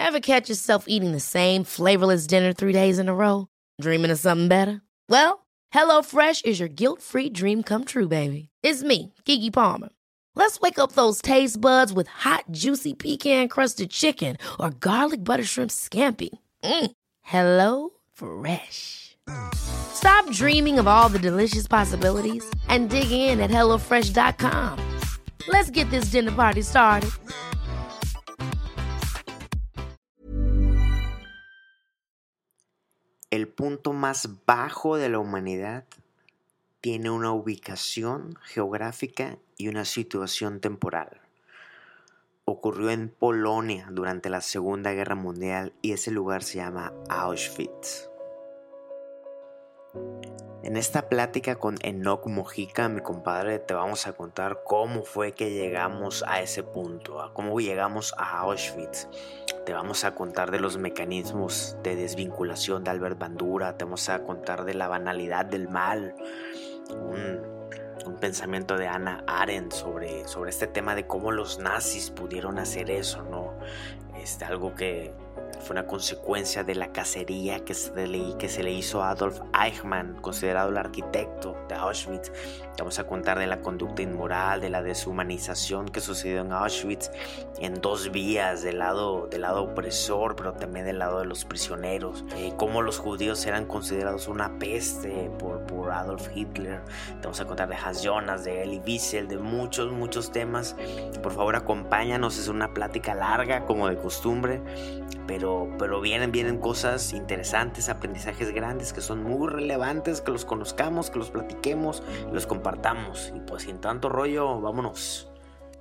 Ever catch yourself eating the same flavorless dinner 3 days in a row? Dreaming of something better? Well, HelloFresh is your guilt-free dream come true, baby. It's me, Keke Palmer. Let's wake up those taste buds with hot, juicy pecan-crusted chicken or garlic butter shrimp scampi. Hello Fresh. Stop dreaming of all the delicious possibilities and dig in at HelloFresh.com. Let's get this dinner party started. El punto más bajo de la humanidad tiene una ubicación geográfica y una situación temporal. Ocurrió en Polonia durante la Segunda Guerra Mundial y ese lugar se llama Auschwitz. En esta plática con Enoch Mojica, mi compadre, te vamos a contar cómo fue que llegamos a ese punto, a cómo llegamos a Auschwitz. Te vamos a contar de los mecanismos de desvinculación de Albert Bandura, te vamos a contar de la banalidad del mal, un pensamiento de Hannah Arendt sobre este tema de cómo los nazis pudieron hacer eso, ¿no? Algo que fue una consecuencia de la cacería que se le hizo a Adolf Eichmann, considerado el arquitecto de Auschwitz. Vamos a contar de la conducta inmoral, de la deshumanización que sucedió en Auschwitz en dos vías, del lado opresor, pero también del lado de los prisioneros. Cómo los judíos eran considerados una peste por Adolf Hitler. Te vamos a contar de Hans Jonas, de Elie Wiesel, de muchos temas. Por favor, acompáñanos, es una plática larga como de costumbre, pero vienen cosas interesantes, aprendizajes grandes que son muy relevantes, que los conozcamos, que los platiquemos, los compartamos. Y pues sin tanto rollo, vámonos.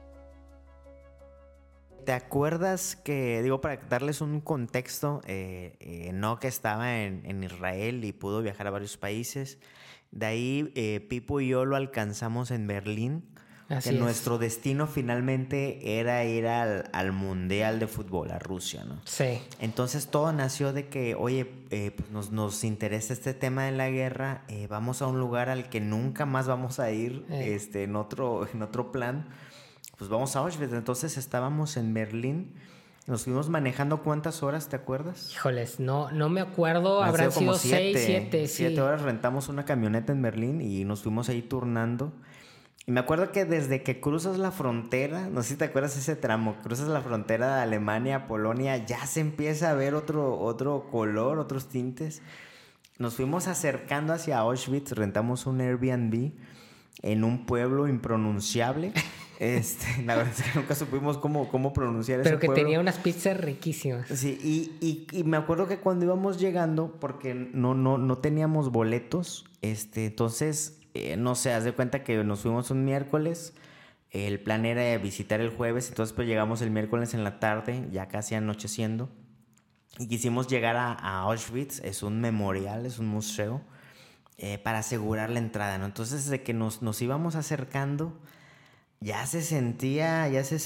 ¿Te acuerdas que, para darles un contexto, no que estaba en Israel y pudo viajar a varios países? De ahí Pipo y yo lo alcanzamos en Berlín. Así que es. Nuestro destino finalmente era ir al Mundial de Fútbol, a Rusia, ¿no? Sí. Entonces todo nació de que, pues nos interesa este tema de la guerra, vamos a un lugar al que nunca más vamos a ir, en otro plan, pues vamos a Auschwitz. Entonces estábamos en Berlín, nos fuimos manejando, ¿cuántas horas, te acuerdas? Híjoles, no me acuerdo, habrán sido 6, 7, sí. 7 horas, rentamos una camioneta en Berlín y nos fuimos ahí turnando. Y me acuerdo que desde que cruzas la frontera, no sé si te acuerdas ese tramo, cruzas la frontera de Alemania a Polonia, ya se empieza a ver otro color, otros tintes. Nos fuimos acercando hacia Auschwitz, rentamos un Airbnb en un pueblo impronunciable. La verdad es que nunca supimos cómo pronunciar ese pueblo. Pero que tenía unas pizzas riquísimas. Sí, y me acuerdo que cuando íbamos llegando, porque no teníamos boletos, entonces... no sé, haz de cuenta que nos fuimos un miércoles, el plan era visitar el jueves, entonces pues llegamos el miércoles en la tarde, ya casi anocheciendo, y quisimos llegar a Auschwitz, es un memorial, es un museo, para asegurar la entrada, ¿no? Entonces desde que nos íbamos acercando, ya se sentía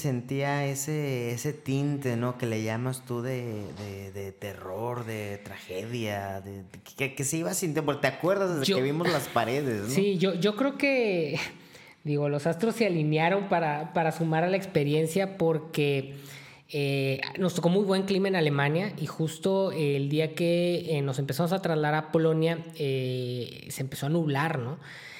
ese tinte, ¿no? Que le llamas tú de terror, de tragedia, que se iba sintiendo, porque te acuerdas desde que vimos las paredes, ¿no? Sí, yo creo que, los astros se alinearon para sumar a la experiencia, porque nos tocó muy buen clima en Alemania y justo el día que nos empezamos a trasladar a Polonia, se empezó a nublar, ¿no?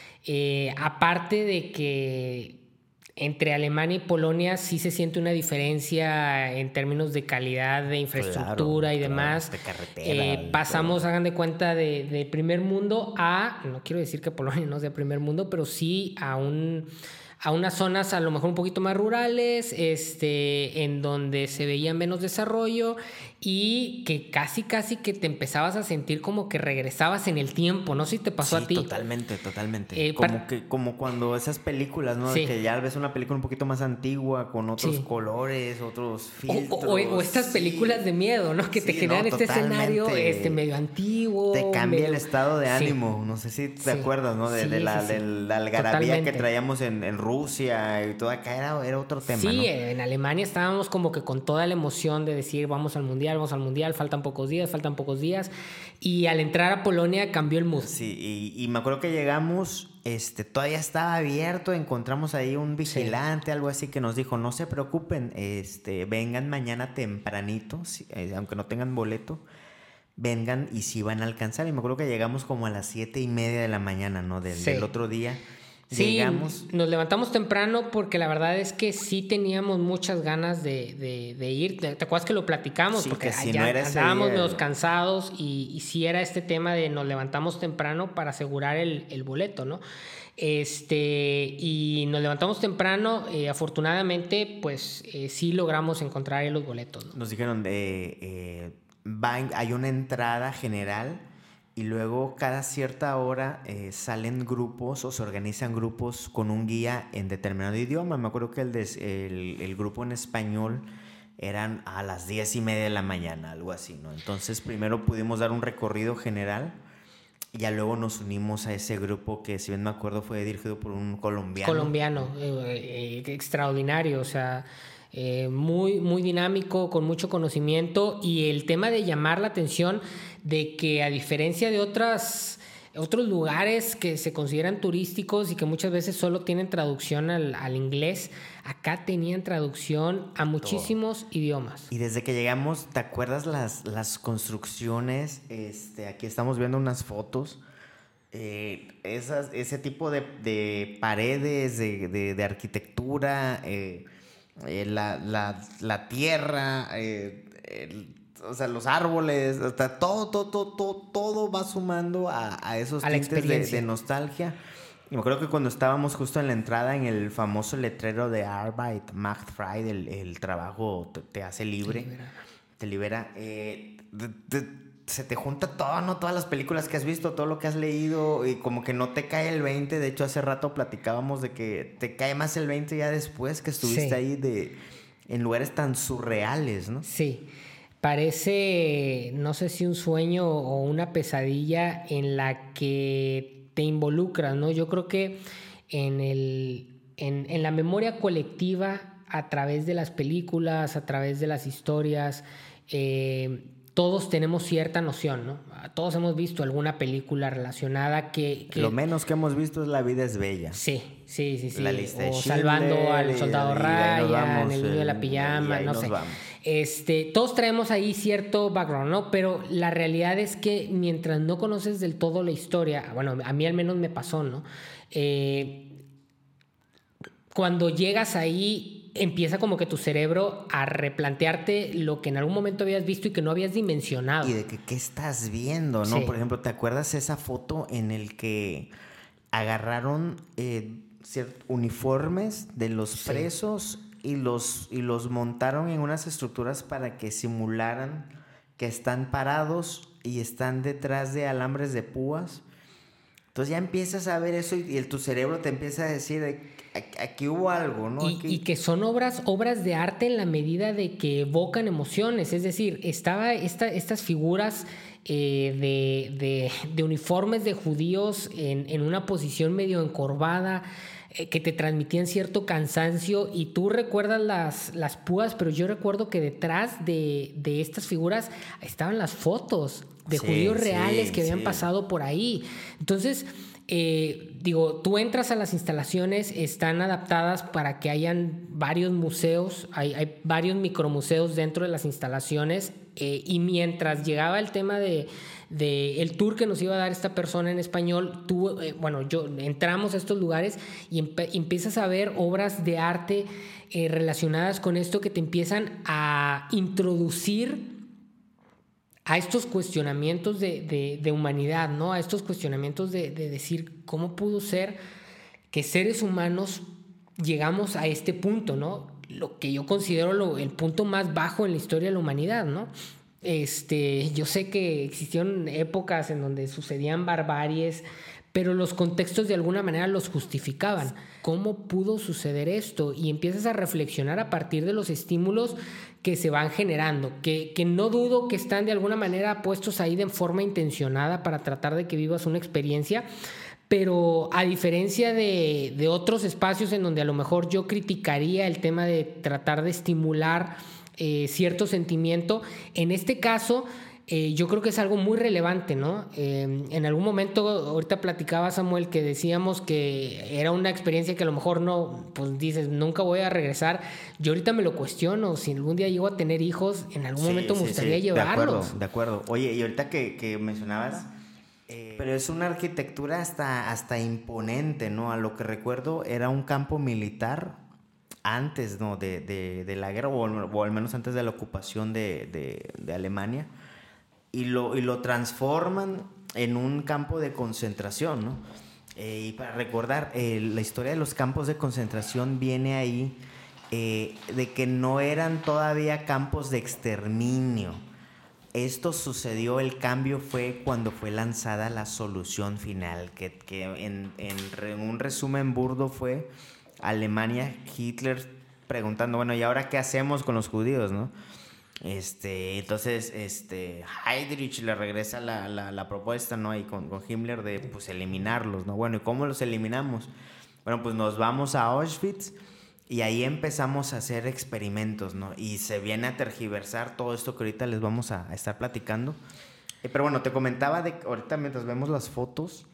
Aparte de que entre Alemania y Polonia sí se siente una diferencia en términos de calidad de infraestructura, claro, y demás. De carretera. Pasamos, hagan de cuenta, de primer mundo no quiero decir que Polonia no sea primer mundo, pero sí a unas zonas a lo mejor un poquito más rurales, en donde se veía menos desarrollo y que casi que te empezabas a sentir como que regresabas en el tiempo. No sé si te pasó a ti. Totalmente. Como cuando esas películas, ¿no? Sí. Que ya ves una película un poquito más antigua, con otros colores, otros filtros. O estas películas de miedo, ¿no? Que te generan este escenario medio antiguo. Te cambia el estado de ánimo. No sé si te acuerdas, ¿no? De la algarabía que traíamos en Rusia. Rusia y todo acá era otro tema, sí, ¿no? En Alemania estábamos como que con toda la emoción de decir vamos al mundial, faltan pocos días. Y al entrar a Polonia cambió el mood. Sí, y me acuerdo que llegamos, todavía estaba abierto, encontramos ahí un vigilante, algo así, que nos dijo, no se preocupen, vengan mañana tempranito, aunque no tengan boleto, vengan y sí van a alcanzar. Y me acuerdo que llegamos como a las 7:30 de la mañana, ¿no? Del otro día. Sí, llegamos. Nos levantamos temprano porque la verdad es que sí teníamos muchas ganas de ir. ¿Te acuerdas que lo platicamos? Sí, porque si ya no era andábamos día, medio cansados y sí era este tema de nos levantamos temprano para asegurar el boleto, ¿no? Y nos levantamos temprano, afortunadamente, pues sí logramos encontrar los boletos, ¿no? Nos dijeron hay una entrada general y luego cada cierta hora salen grupos o se organizan grupos con un guía en determinado idioma. Me acuerdo que el grupo en español eran a las 10:30 de la mañana, algo así, ¿no? Entonces primero pudimos dar un recorrido general y ya luego nos unimos a ese grupo que, si bien me acuerdo, fue dirigido por un colombiano. Extraordinario, o sea, muy, muy dinámico, con mucho conocimiento, y el tema de llamar la atención de que, a diferencia de otros lugares que se consideran turísticos y que muchas veces solo tienen traducción al inglés, acá tenían traducción a muchísimos idiomas. Y desde que llegamos, ¿te acuerdas las construcciones? Aquí estamos viendo unas fotos. Ese tipo de paredes, de arquitectura, la tierra, o sea, los árboles, hasta todo va sumando a esos tintes de nostalgia. Y me acuerdo que cuando estábamos justo en la entrada, en el famoso letrero de Arbeit macht frei, el trabajo te hace libre, te libera, se te junta todo, ¿no? Todas las películas que has visto, todo lo que has leído, y como que no te cae el 20. De hecho, hace rato platicábamos de que te cae más el 20 ya después que estuviste ahí en lugares tan surreales, ¿no? Sí. Parece, no sé si un sueño o una pesadilla en la que te involucras, ¿no? Yo creo que en la memoria colectiva, a través de las películas, a través de las historias, todos tenemos cierta noción, ¿no? Todos hemos visto alguna película relacionada que... Lo menos que hemos visto es La vida es bella. Sí. La lista de o Schindler, Salvando al soldado Ryan, El niño de la pijama, no sé. Vamos. Todos traemos ahí cierto background, ¿no? Pero la realidad es que mientras no conoces del todo la historia, bueno, a mí al menos me pasó, ¿no? Cuando llegas ahí, empieza como que tu cerebro a replantearte lo que en algún momento habías visto y que no habías dimensionado. Y de que qué estás viendo, ¿no? Sí. Por ejemplo, ¿te acuerdas esa foto en el que agarraron uniformes de los presos y los montaron en unas estructuras para que simularan que están parados y están detrás de alambres de púas? Entonces ya empiezas a ver eso y tu cerebro te empieza a decir, aquí hubo algo, ¿no? Y que son obras de arte en la medida de que evocan emociones. Es decir, estaba estas figuras de uniformes de judíos en una posición medio encorvada, que te transmitían cierto cansancio, y tú recuerdas las púas, pero yo recuerdo que detrás de estas figuras estaban las fotos de judíos reales que habían pasado por ahí. Entonces, tú entras a las instalaciones, están adaptadas para que hayan varios museos, hay varios micromuseos dentro de las instalaciones, y mientras llegaba el tema de el tour que nos iba a dar esta persona en español, entramos a estos lugares y empiezas a ver obras de arte relacionadas con esto, que te empiezan a introducir a estos cuestionamientos de humanidad, ¿no? A estos cuestionamientos de decir cómo pudo ser que seres humanos llegamos a este punto, ¿no? Lo que yo considero el punto más bajo en la historia de la humanidad, ¿no? Yo sé que existieron épocas en donde sucedían barbaries, pero los contextos de alguna manera los justificaban. ¿Cómo pudo suceder esto? Y empiezas a reflexionar a partir de los estímulos que se van generando, que no dudo que están de alguna manera puestos ahí de forma intencionada para tratar de que vivas una experiencia, Pero a diferencia de otros espacios en donde a lo mejor yo criticaría el tema de tratar de estimular cierto sentimiento, en este caso yo creo que es algo muy relevante, ¿no? En algún momento, ahorita platicaba Samuel, que decíamos que era una experiencia que a lo mejor no, pues dices, nunca voy a regresar. Yo ahorita me lo cuestiono, si algún día llego a tener hijos, en algún momento me gustaría llevarlos. De acuerdo. Oye, y ahorita que mencionabas... pero es una arquitectura hasta imponente, ¿no? A lo que recuerdo era un campo militar antes, ¿no? de la guerra, o al menos antes de la ocupación de Alemania, y lo transforman en un campo de concentración, ¿no? Y para recordar, la historia de los campos de concentración viene ahí de que no eran todavía campos de exterminio. Esto sucedió, el cambio fue cuando fue lanzada la solución final, que en un resumen burdo fue Alemania, Hitler preguntando, bueno, ¿y ahora qué hacemos con los judíos, no? Entonces, Heydrich le regresa la propuesta, ¿no? Y con Himmler de, pues, eliminarlos, ¿no? Bueno, ¿y cómo los eliminamos? Bueno, pues nos vamos a Auschwitz. Y ahí empezamos a hacer experimentos, ¿no? Y se viene a tergiversar todo esto que ahorita les vamos a estar platicando. Pero bueno, te comentaba de que ahorita mientras vemos las fotos,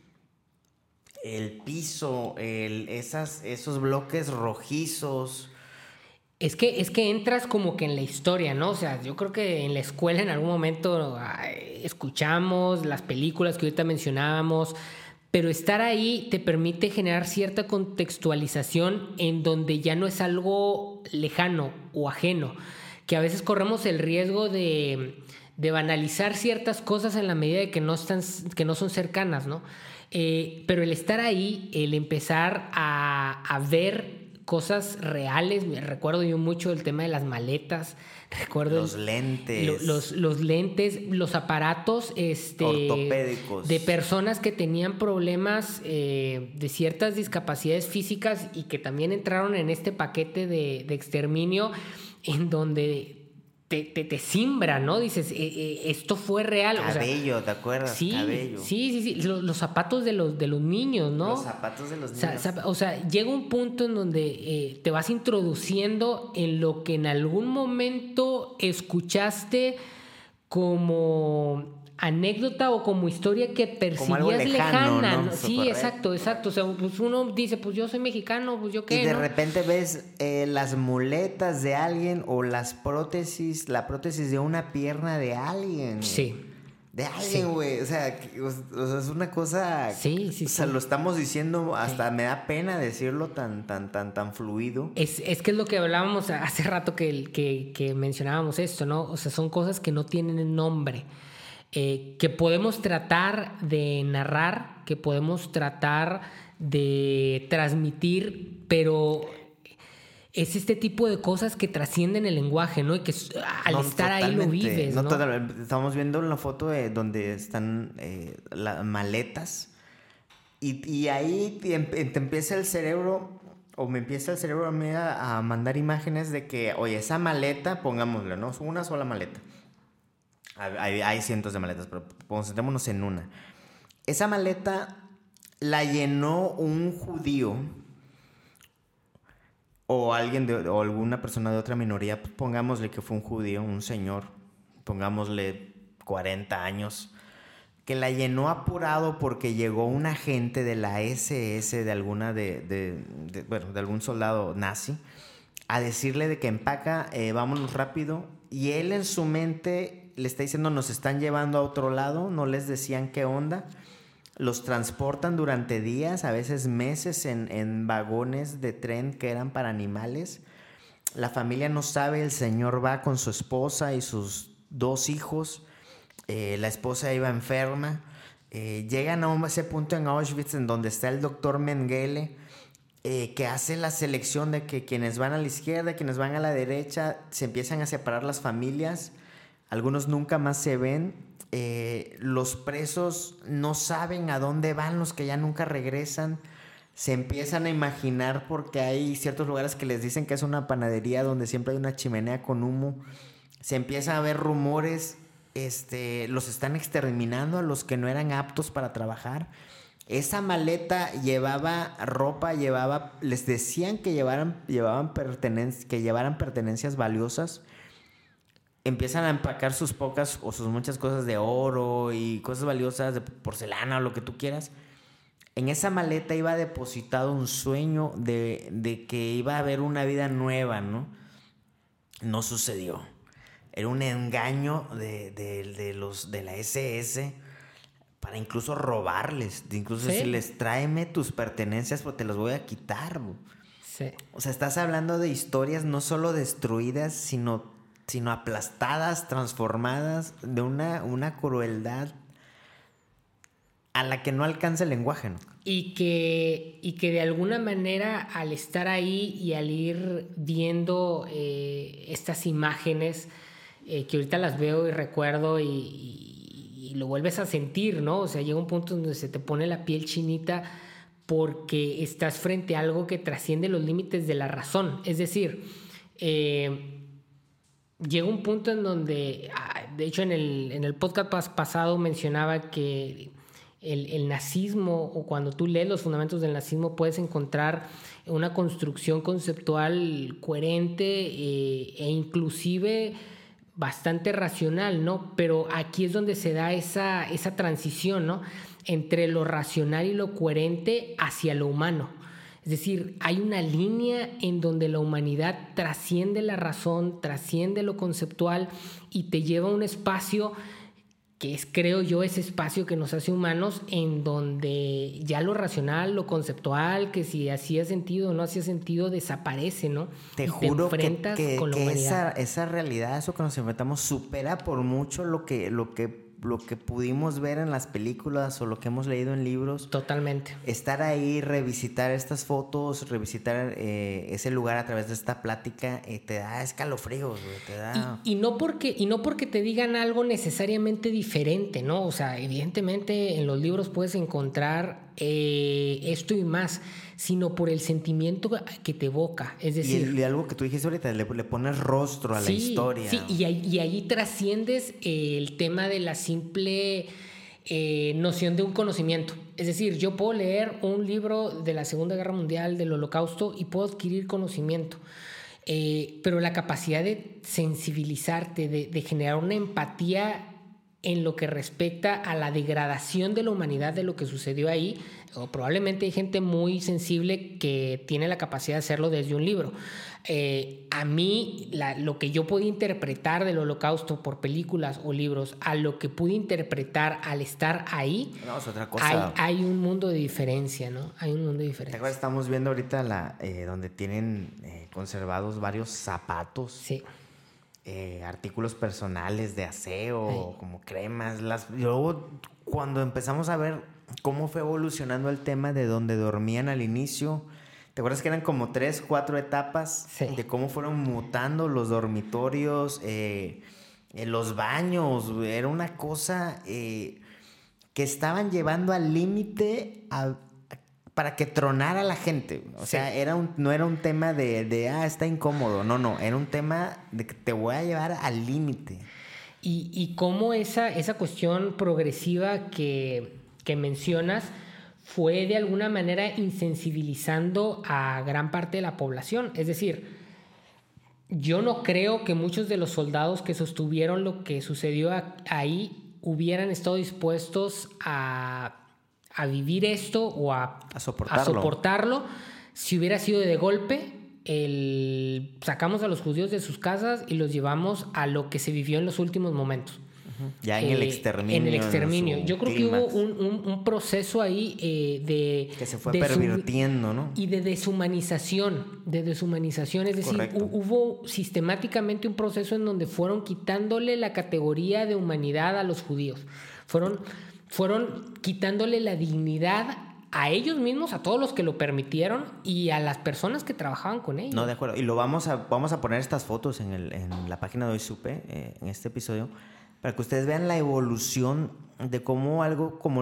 el piso, esos bloques rojizos. Es que entras como que en la historia, ¿no? O sea, yo creo que en la escuela en algún momento escuchamos las películas que ahorita mencionábamos, pero estar ahí te permite generar cierta contextualización en donde ya no es algo lejano o ajeno, que a veces corremos el riesgo de banalizar ciertas cosas en la medida de que no son cercanas, ¿no? Pero el estar ahí, el empezar a ver cosas reales, me recuerdo yo mucho el tema de las maletas, recuerdo los lentes, los lentes, los aparatos ortopédicos de personas que tenían problemas de ciertas discapacidades físicas y que también entraron en este paquete de exterminio, en donde te simbra, ¿no? Dices, esto fue real. Cabello, o sea, ¿te acuerdas? Sí, Cabello. Sí. Los zapatos de los niños, ¿no? Los zapatos de los niños. O sea, llega un punto en donde te vas introduciendo en lo que en algún momento escuchaste como anécdota o como historia que percibías lejana, ¿no? Sí, correcto. Exacto. O sea, pues uno dice, pues yo soy mexicano, pues yo qué, y de ¿no? repente ves las muletas de alguien o la prótesis de una pierna de alguien. Sí. De alguien, güey. Sí. O sea, es una cosa... Sí. O sea, lo estamos diciendo, hasta me da pena decirlo tan fluido. Es que es lo que hablábamos hace rato que mencionábamos esto, ¿no? O sea, son cosas que no tienen nombre. Que podemos tratar de narrar, que podemos tratar de transmitir, pero es este tipo de cosas que trascienden el lenguaje, ¿no? Y que al estar ahí lo vives, ¿no? Estamos viendo la foto de donde están las maletas y ahí te empieza el cerebro, o me empieza el cerebro a mí a mandar imágenes de que, oye, esa maleta, pongámosle, ¿no? Es una sola maleta. Hay cientos de maletas, pero concentrémonos en una. Esa maleta la llenó un judío o o alguna persona de otra minoría. Pongámosle que fue un judío, un señor, pongámosle 40 años, que la llenó apurado porque llegó un agente de la SS, de algún soldado nazi, a decirle de que empaca, vámonos rápido. Y él en su mente le está diciendo, nos están llevando a otro lado, no les decían qué onda. Los transportan durante días, a veces meses, en vagones de tren que eran para animales. La familia no sabe, el señor va con su esposa y sus 2 hijos. La esposa iba enferma. Llegan a ese punto en Auschwitz en donde está el doctor Mengele, que hace la selección de que quienes van a la izquierda, quienes van a la derecha, se empiezan a separar las familias. Algunos nunca más se ven. Los presos no saben a dónde van, los que ya nunca regresan. Se empiezan a imaginar porque hay ciertos lugares que les dicen que es una panadería donde siempre hay una chimenea con humo. Se empiezan a ver rumores. Los están exterminando a los que no eran aptos para trabajar. Esa maleta llevaba ropa, les decían que llevaran pertenencias valiosas. Empiezan a empacar sus pocas o sus muchas cosas de oro y cosas valiosas de porcelana o lo que tú quieras. En esa maleta iba depositado un sueño de que iba a haber una vida nueva, ¿no? No sucedió. Era un engaño de la SS para incluso robarles. Incluso decirles, tráeme tus pertenencias porque te las voy a quitar. Sí. O sea, estás hablando de historias no solo destruidas, sino aplastadas, transformadas, de una crueldad a la que no alcanza el lenguaje, ¿no? Y que de alguna manera, al estar ahí y al ir viendo estas imágenes, que ahorita las veo y recuerdo y lo vuelves a sentir, ¿no? O sea, llega un punto donde se te pone la piel chinita porque estás frente a algo que trasciende los límites de la razón. Es decir, llega un punto en donde, de hecho en el podcast pasado mencionaba que el nazismo, o cuando tú lees los fundamentos del nazismo, puedes encontrar una construcción conceptual coherente e inclusive bastante racional, ¿no? Pero aquí es donde se da esa transición, ¿no? Entre lo racional y lo coherente hacia lo humano. Es decir, hay una línea en donde la humanidad trasciende la razón, trasciende lo conceptual y te lleva a un espacio que es, creo yo, ese espacio que nos hace humanos, en donde ya lo racional, lo conceptual, que si hacía sentido o no hacía sentido, desaparece, ¿no? Te juro que esa realidad, eso que nos enfrentamos, supera por mucho lo que pudimos ver en las películas o lo que hemos leído en libros. Totalmente. Estar ahí, revisitar estas fotos, revisitar ese lugar a través de esta plática, te da escalofríos, güey, te da... Y no porque te digan algo necesariamente diferente, ¿no? O sea, evidentemente en los libros puedes encontrar esto y más, sino por el sentimiento que te evoca. Es decir... Y algo que tú dijiste ahorita, le pones rostro a la historia. Sí, y ahí trasciendes el tema de la simple noción de un conocimiento. Es decir, yo puedo leer un libro de la Segunda Guerra Mundial, del Holocausto, y puedo adquirir conocimiento. Pero la capacidad de sensibilizarte, de generar una empatía en lo que respecta a la degradación de la humanidad, de lo que sucedió ahí, o probablemente hay gente muy sensible que tiene la capacidad de hacerlo desde un libro. A mí, lo que yo pude interpretar del Holocausto por películas o libros, a lo que pude interpretar al estar ahí, no, es otra cosa. Hay un mundo de diferencia, ¿no? Hay un mundo de diferencia. ¿Te acuerdas? Estamos viendo ahorita donde tienen conservados varios zapatos. Sí. Artículos personales de aseo, como cremas. Luego, cuando empezamos a ver cómo fue evolucionando el tema de donde dormían al inicio, ¿te acuerdas que eran como 3, 4 etapas? Sí. De cómo fueron mutando los dormitorios, los baños? Era una cosa que estaban llevando al límite para que tronara la gente. O sea, no era un tema de está incómodo. No. Era un tema de que te voy a llevar al límite. Y cómo esa cuestión progresiva que mencionas fue de alguna manera insensibilizando a gran parte de la población. Es decir, yo no creo que muchos de los soldados que sostuvieron lo que sucedió ahí hubieran estado dispuestos a vivir esto o a soportarlo si hubiera sido de golpe. Sacamos a los judíos de sus casas y los llevamos a lo que se vivió en los últimos momentos. Ya en el exterminio. En el exterminio. Yo creo clímax. Que hubo un proceso ahí que se fue pervirtiendo, ¿no? Y de deshumanización. Es decir, hubo sistemáticamente un proceso en donde fueron quitándole la categoría de humanidad a los judíos. Fueron quitándole la dignidad a ellos mismos, a todos los que lo permitieron y a las personas que trabajaban con ellos. No, de acuerdo. Y vamos a poner estas fotos en la página de Hoy Supe, en este episodio, para que ustedes vean la evolución de cómo algo como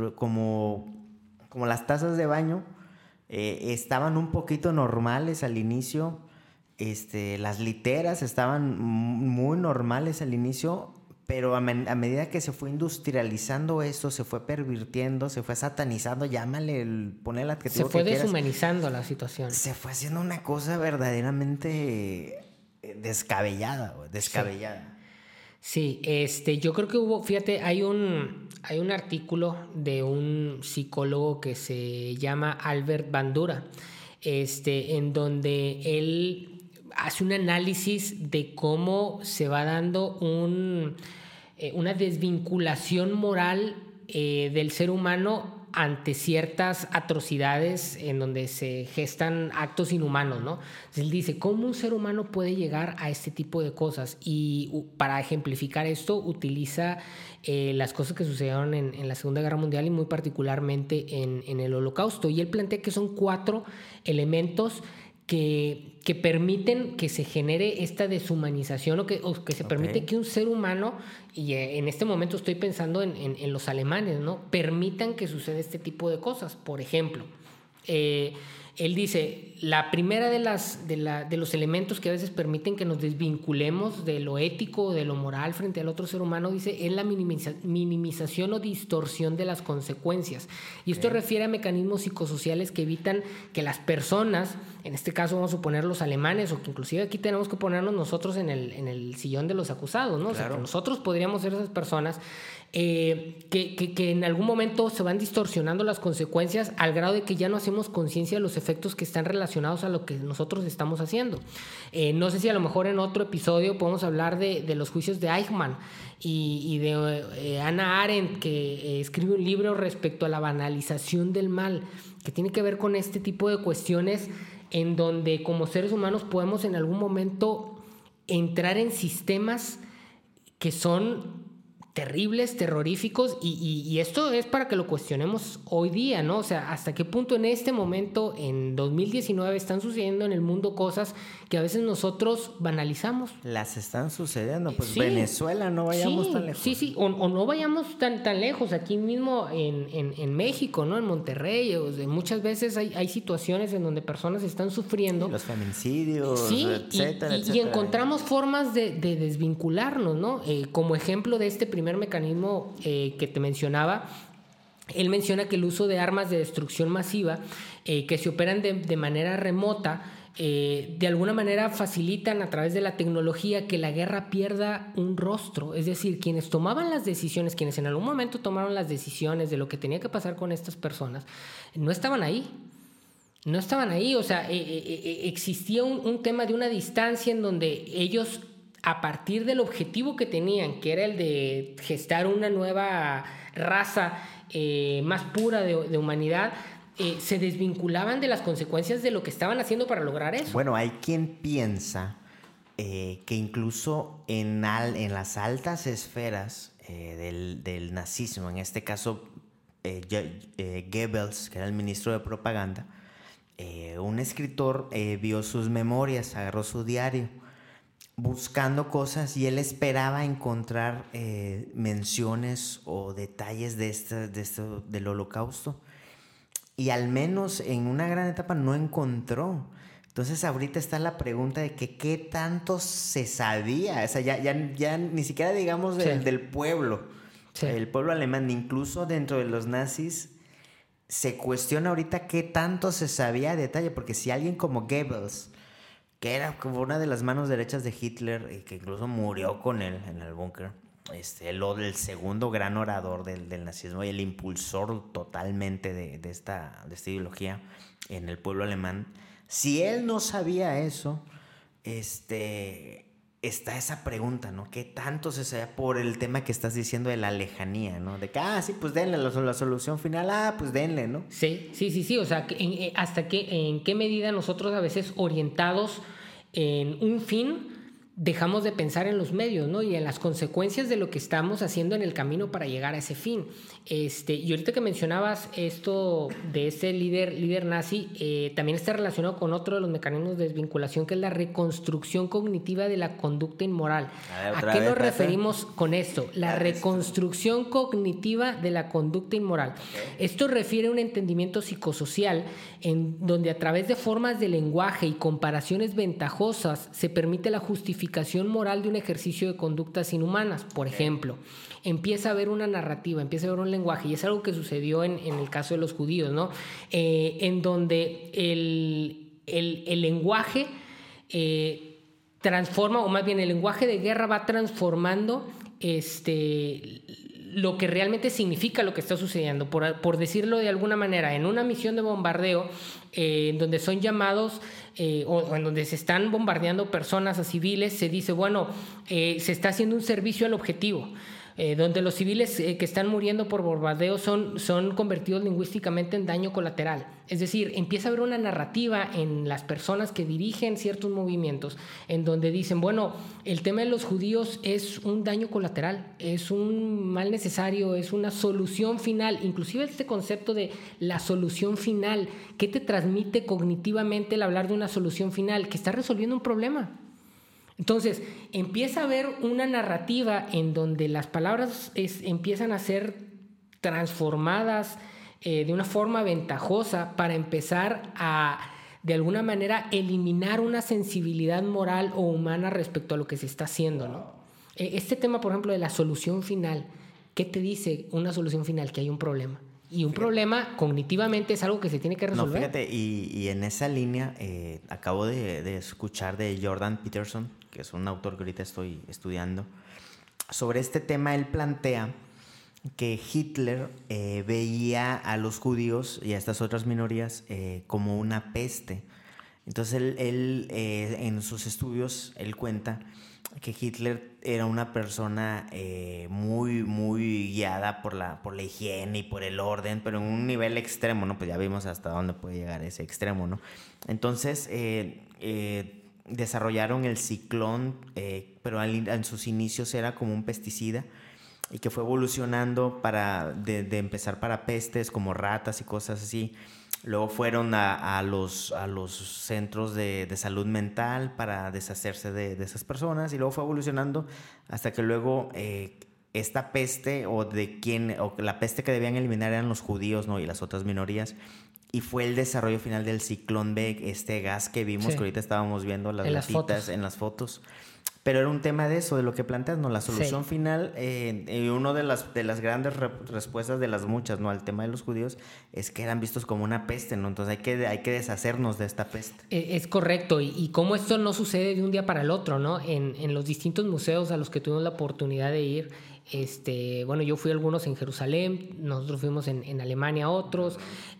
las tazas de baño estaban un poquito normales al inicio. Las literas estaban muy normales al inicio, Pero a medida que se fue industrializando esto, se fue pervirtiendo, se fue satanizando, llámale, ponle el adjetivo que quieras. Se fue deshumanizando la situación. Se fue haciendo una cosa verdaderamente descabellada. Sí, yo creo que fíjate, hay un artículo de un psicólogo que se llama Albert Bandura, en donde él hace un análisis de cómo se va dando una desvinculación moral del ser humano ante ciertas atrocidades en donde se gestan actos inhumanos, ¿no? Entonces él dice, ¿cómo un ser humano puede llegar a este tipo de cosas? Y para ejemplificar esto utiliza las cosas que sucedieron en la Segunda Guerra Mundial y muy particularmente en el Holocausto. Y él plantea que son 4 elementos que permiten que se genere esta deshumanización o que se permite que un ser humano, y en este momento estoy pensando en los alemanes, ¿no?, permitan que suceda este tipo de cosas. Por ejemplo, él dice, la primera de los elementos que a veces permiten que nos desvinculemos de lo ético o de lo moral frente al otro ser humano, dice, es la minimización o distorsión de las consecuencias. Y esto refiere a mecanismos psicosociales que evitan que las personas, en este caso vamos a suponer los alemanes, o que inclusive aquí tenemos que ponernos nosotros en el sillón de los acusados, ¿no? Claro. O sea, que nosotros podríamos ser esas personas que en algún momento se van distorsionando las consecuencias al grado de que ya no hacemos conciencia de los efectos que están relacionados a lo que nosotros estamos haciendo. No sé si a lo mejor en otro episodio podemos hablar de los juicios de Eichmann y de Hannah Arendt, que escribe un libro respecto a la banalización del mal, que tiene que ver con este tipo de cuestiones en donde como seres humanos podemos en algún momento entrar en sistemas que son terribles, terroríficos, y esto es para que lo cuestionemos hoy día, ¿no? O sea, hasta qué punto en este momento, en 2019, están sucediendo en el mundo cosas que a veces nosotros banalizamos. Las están sucediendo, pues sí. Venezuela, no vayamos tan lejos. Sí, o no vayamos tan lejos, aquí mismo en México, ¿no? En Monterrey, o sea, muchas veces hay situaciones en donde personas están sufriendo. Sí, los feminicidios, etcétera, etcétera. Y encontramos formas de desvincularnos, ¿no? Como ejemplo de este primer mecanismo que te mencionaba, él menciona que el uso de armas de destrucción masiva que se operan de manera remota, de alguna manera facilitan a través de la tecnología que la guerra pierda un rostro. Es decir, quienes tomaban las decisiones, quienes en algún momento tomaron las decisiones de lo que tenía que pasar con estas personas, no estaban ahí. No estaban ahí, o sea, existía un tema de una distancia en donde ellos, a partir del objetivo que tenían, que era el de gestar una nueva raza más pura de humanidad, se desvinculaban de las consecuencias de lo que estaban haciendo para lograr eso. Bueno, hay quien piensa que incluso en las altas esferas del nazismo, en este caso Goebbels, que era el ministro de propaganda, un escritor vio sus memorias, agarró su diario, buscando cosas, y él esperaba encontrar menciones o detalles del Holocausto, y al menos en una gran etapa no encontró. Entonces ahorita está la pregunta de que qué tanto se sabía, o sea, ya ni siquiera digamos del pueblo, el pueblo alemán, incluso dentro de los nazis se cuestiona ahorita qué tanto se sabía a detalle, porque si alguien como Goebbels, que era como una de las manos derechas de Hitler y que incluso murió con él en el búnker, el segundo gran orador del nazismo y el impulsor totalmente de esta ideología en el pueblo alemán, si él no sabía eso, está esa pregunta, ¿no? ¿Qué tanto se sabía por el tema que estás diciendo de la lejanía, ¿no? De que, sí, pues denle la solución final, pues denle, ¿no? Sí, o sea, en qué medida nosotros a veces orientados en un fin dejamos de pensar en los medios, ¿no? Y en las consecuencias de lo que estamos haciendo en el camino para llegar a ese fin. Y ahorita que mencionabas esto de ese líder nazi, también está relacionado con otro de los mecanismos de desvinculación, que es la reconstrucción cognitiva de la conducta inmoral. ¿A qué nos referimos con esto? La reconstrucción cognitiva de la conducta inmoral. Okay. Esto refiere a un entendimiento psicosocial en donde a través de formas de lenguaje y comparaciones ventajosas se permite la justificación justificación moral de un ejercicio de conductas inhumanas. Por ejemplo, empieza a haber una narrativa, empieza a haber un lenguaje, y es algo que sucedió en el caso de los judíos, ¿no? En donde el lenguaje transforma, o más bien el lenguaje de guerra va transformando lo que realmente significa lo que está sucediendo. Por decirlo de alguna manera, en una misión de bombardeo, en donde son llamados o en donde se están bombardeando personas a civiles, se dice, bueno, se está haciendo un servicio al objetivo. Donde los civiles que están muriendo por bombardeo son convertidos lingüísticamente en daño colateral. Es decir, empieza a haber una narrativa en las personas que dirigen ciertos movimientos en donde dicen, bueno, el tema de los judíos es un daño colateral, es un mal necesario, es una solución final. Inclusive este concepto de la solución final, ¿qué te transmite cognitivamente el hablar de una solución final? Que está resolviendo un problema. Entonces, empieza a haber una narrativa en donde las palabras empiezan a ser transformadas de una forma ventajosa para empezar a, de alguna manera, eliminar una sensibilidad moral o humana respecto a lo que se está haciendo, ¿no? Este tema, por ejemplo, de la solución final, ¿qué te dice una solución final? Que hay un problema. Y un problema cognitivamente es algo que se tiene que resolver. No, fíjate, y en esa línea acabo de escuchar de Jordan Peterson, que es un autor que ahorita estoy estudiando. Sobre este tema, él plantea que Hitler veía a los judíos y a estas otras minorías como una peste. Entonces él en sus estudios, él cuenta que Hitler era una persona muy, muy guiada por la higiene y por el orden, pero en un nivel extremo, ¿no? Pues ya vimos hasta dónde puede llegar ese extremo, ¿no? Entonces desarrollaron el ciclón, pero en sus inicios era como un pesticida, y que fue evolucionando de empezar para pestes como ratas y cosas así. Luego fueron a los centros de salud mental para deshacerse de esas personas, y luego fue evolucionando hasta que luego esta peste o la peste que debían eliminar eran los judíos, ¿no? Y las otras minorías. Y fue el desarrollo final del ciclón B, este gas que vimos, sí, que ahorita estábamos viendo las latitas en las fotos. Pero era un tema de eso, de lo que planteas, ¿no? La solución final, una de las grandes respuestas de las muchas, ¿no? Al tema de los judíos es que eran vistos como una peste, ¿no? Entonces hay que deshacernos de esta peste. Es correcto, y cómo esto no sucede de un día para el otro, ¿no? En los distintos museos a los que tuvimos la oportunidad de ir, bueno, yo fui a algunos en Jerusalén, nosotros fuimos en Alemania a otros,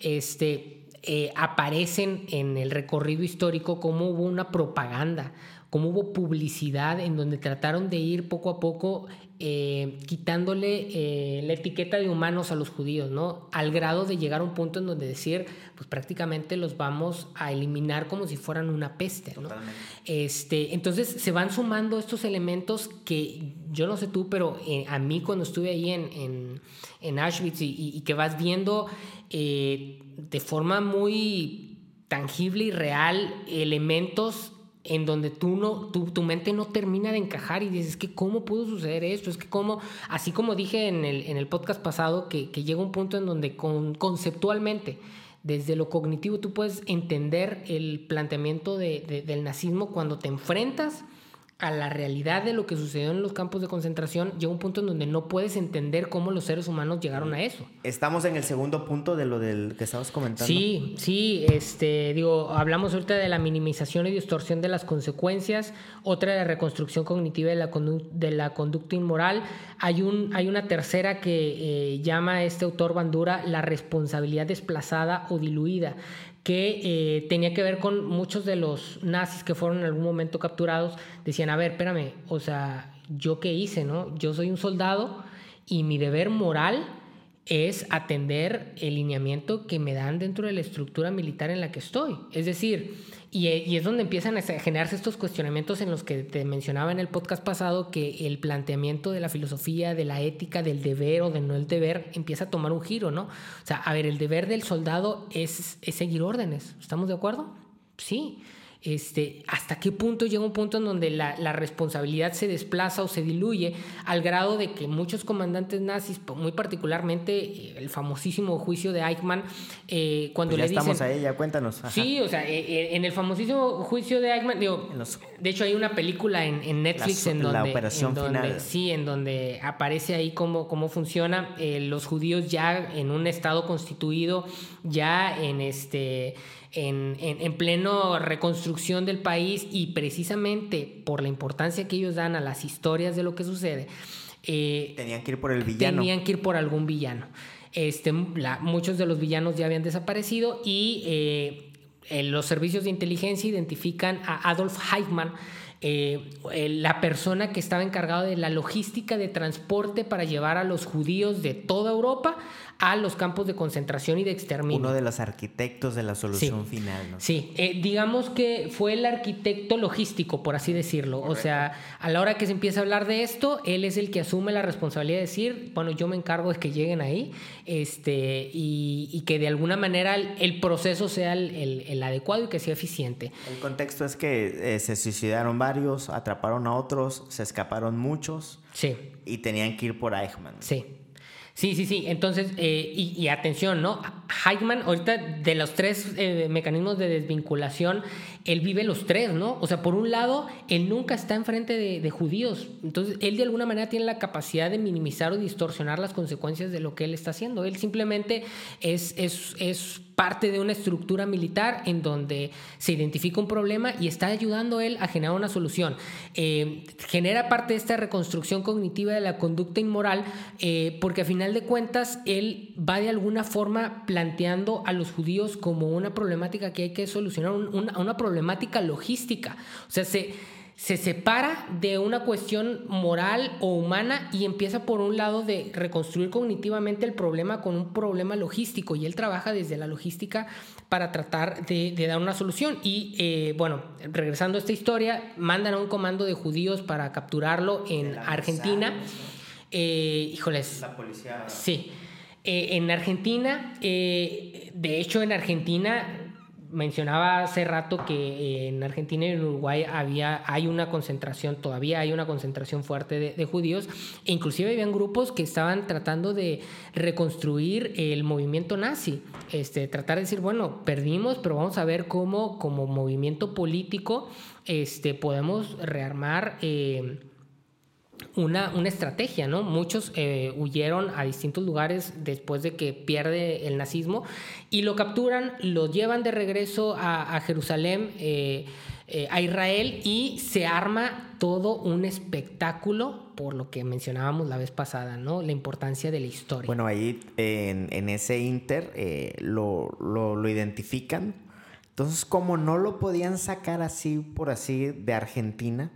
aparecen en el recorrido histórico cómo hubo una propaganda, cómo hubo publicidad en donde trataron de ir poco a poco quitándole la etiqueta de humanos a los judíos, ¿no? Al grado de llegar a un punto en donde decir, pues prácticamente los vamos a eliminar como si fueran una peste, ¿no? Entonces se van sumando estos elementos que yo no sé tú, pero a mí cuando estuve ahí en Auschwitz y que vas viendo de forma muy tangible y real elementos en donde tu mente no termina de encajar y dices, que ¿cómo pudo suceder esto? Es que así como dije en el podcast pasado, que llega un punto en donde conceptualmente, desde lo cognitivo, tú puedes entender el planteamiento del nazismo cuando te enfrentas a la realidad de lo que sucedió en los campos de concentración. Llega un punto en donde no puedes entender cómo los seres humanos llegaron a eso. Estamos en el segundo punto de lo del que estabas comentando. Sí, hablamos ahorita de la minimización y distorsión de las consecuencias, otra de la reconstrucción cognitiva de la conducta inmoral. Hay una tercera que llama este autor Bandura la responsabilidad desplazada o diluida, que tenía que ver con muchos de los nazis que fueron en algún momento capturados. Decían, a ver, espérame, o sea, ¿yo qué hice, no? Yo soy un soldado y mi deber moral es atender el lineamiento que me dan dentro de la estructura militar en la que estoy. Es decir, y es donde empiezan a generarse estos cuestionamientos en los que te mencionaba en el podcast pasado, que el planteamiento de la filosofía, de la ética, del deber o de no el deber, empieza a tomar un giro, ¿no? O sea, a ver, el deber del soldado es seguir órdenes. ¿Estamos de acuerdo? Sí. ¿Hasta qué punto llega un punto en donde la responsabilidad se desplaza o se diluye al grado de que muchos comandantes nazis, muy particularmente el famosísimo juicio de Eichmann, cuando pues le dicen... Ya estamos ahí, ya cuéntanos. Ajá. Sí, o sea, en el famosísimo juicio de Eichmann, de hecho hay una película en Netflix en donde... La operación final. Sí, en donde aparece ahí cómo funciona. Los judíos ya en un estado constituido, ya en pleno reconstrucción del país, y precisamente por la importancia que ellos dan a las historias de lo que sucede, tenían que ir por el villano. Tenían que ir por algún villano. Muchos de los villanos ya habían desaparecido y los servicios de inteligencia identifican a Adolf Eichmann, la persona que estaba encargada de la logística de transporte para llevar a los judíos de toda Europa a los campos de concentración y de exterminio. Uno de los arquitectos de la solución final, ¿no? Sí, digamos que fue el arquitecto logístico, por así decirlo. Correcto. O sea, a la hora que se empieza a hablar de esto, él es el que asume la responsabilidad de decir, bueno, yo me encargo de que lleguen ahí, y que de alguna manera el proceso sea el adecuado y que sea eficiente. El contexto es que se suicidaron varios, atraparon a otros, se escaparon muchos. Sí. Y tenían que ir por Eichmann. Sí. Sí. Entonces, y atención, ¿no? Eichmann, ahorita de los 3 mecanismos de desvinculación, él vive los 3, ¿no? O sea, por un lado, él nunca está enfrente de judíos. Entonces, él de alguna manera tiene la capacidad de minimizar o distorsionar las consecuencias de lo que él está haciendo. Él simplemente es parte de una estructura militar en donde se identifica un problema y está ayudando él a generar una solución. Genera parte de esta reconstrucción cognitiva de la conducta inmoral, porque a final de cuentas él va de alguna forma planteando a los judíos como una problemática que hay que solucionar, una problemática logística. O sea, se separa de una cuestión moral o humana y empieza por un lado de reconstruir cognitivamente el problema con un problema logístico, y él trabaja desde la logística para tratar de dar una solución. Y bueno, regresando a esta historia, mandan a un comando de judíos para capturarlo en Argentina. Híjoles. La policía. Sí. En Argentina, de hecho en Argentina... Mencionaba hace rato que en Argentina y en Uruguay todavía hay una concentración fuerte de judíos, e inclusive habían grupos que estaban tratando de reconstruir el movimiento nazi, tratar de decir, bueno, perdimos, pero vamos a ver cómo como movimiento político podemos rearmar una estrategia, ¿no? Muchos huyeron a distintos lugares después de que pierde el nazismo y lo capturan, lo llevan de regreso a Jerusalén, a Israel, y se arma todo un espectáculo, por lo que mencionábamos la vez pasada, ¿no? La importancia de la historia. Bueno, ahí en ese inter lo identifican. Entonces, como no lo podían sacar así por así de Argentina,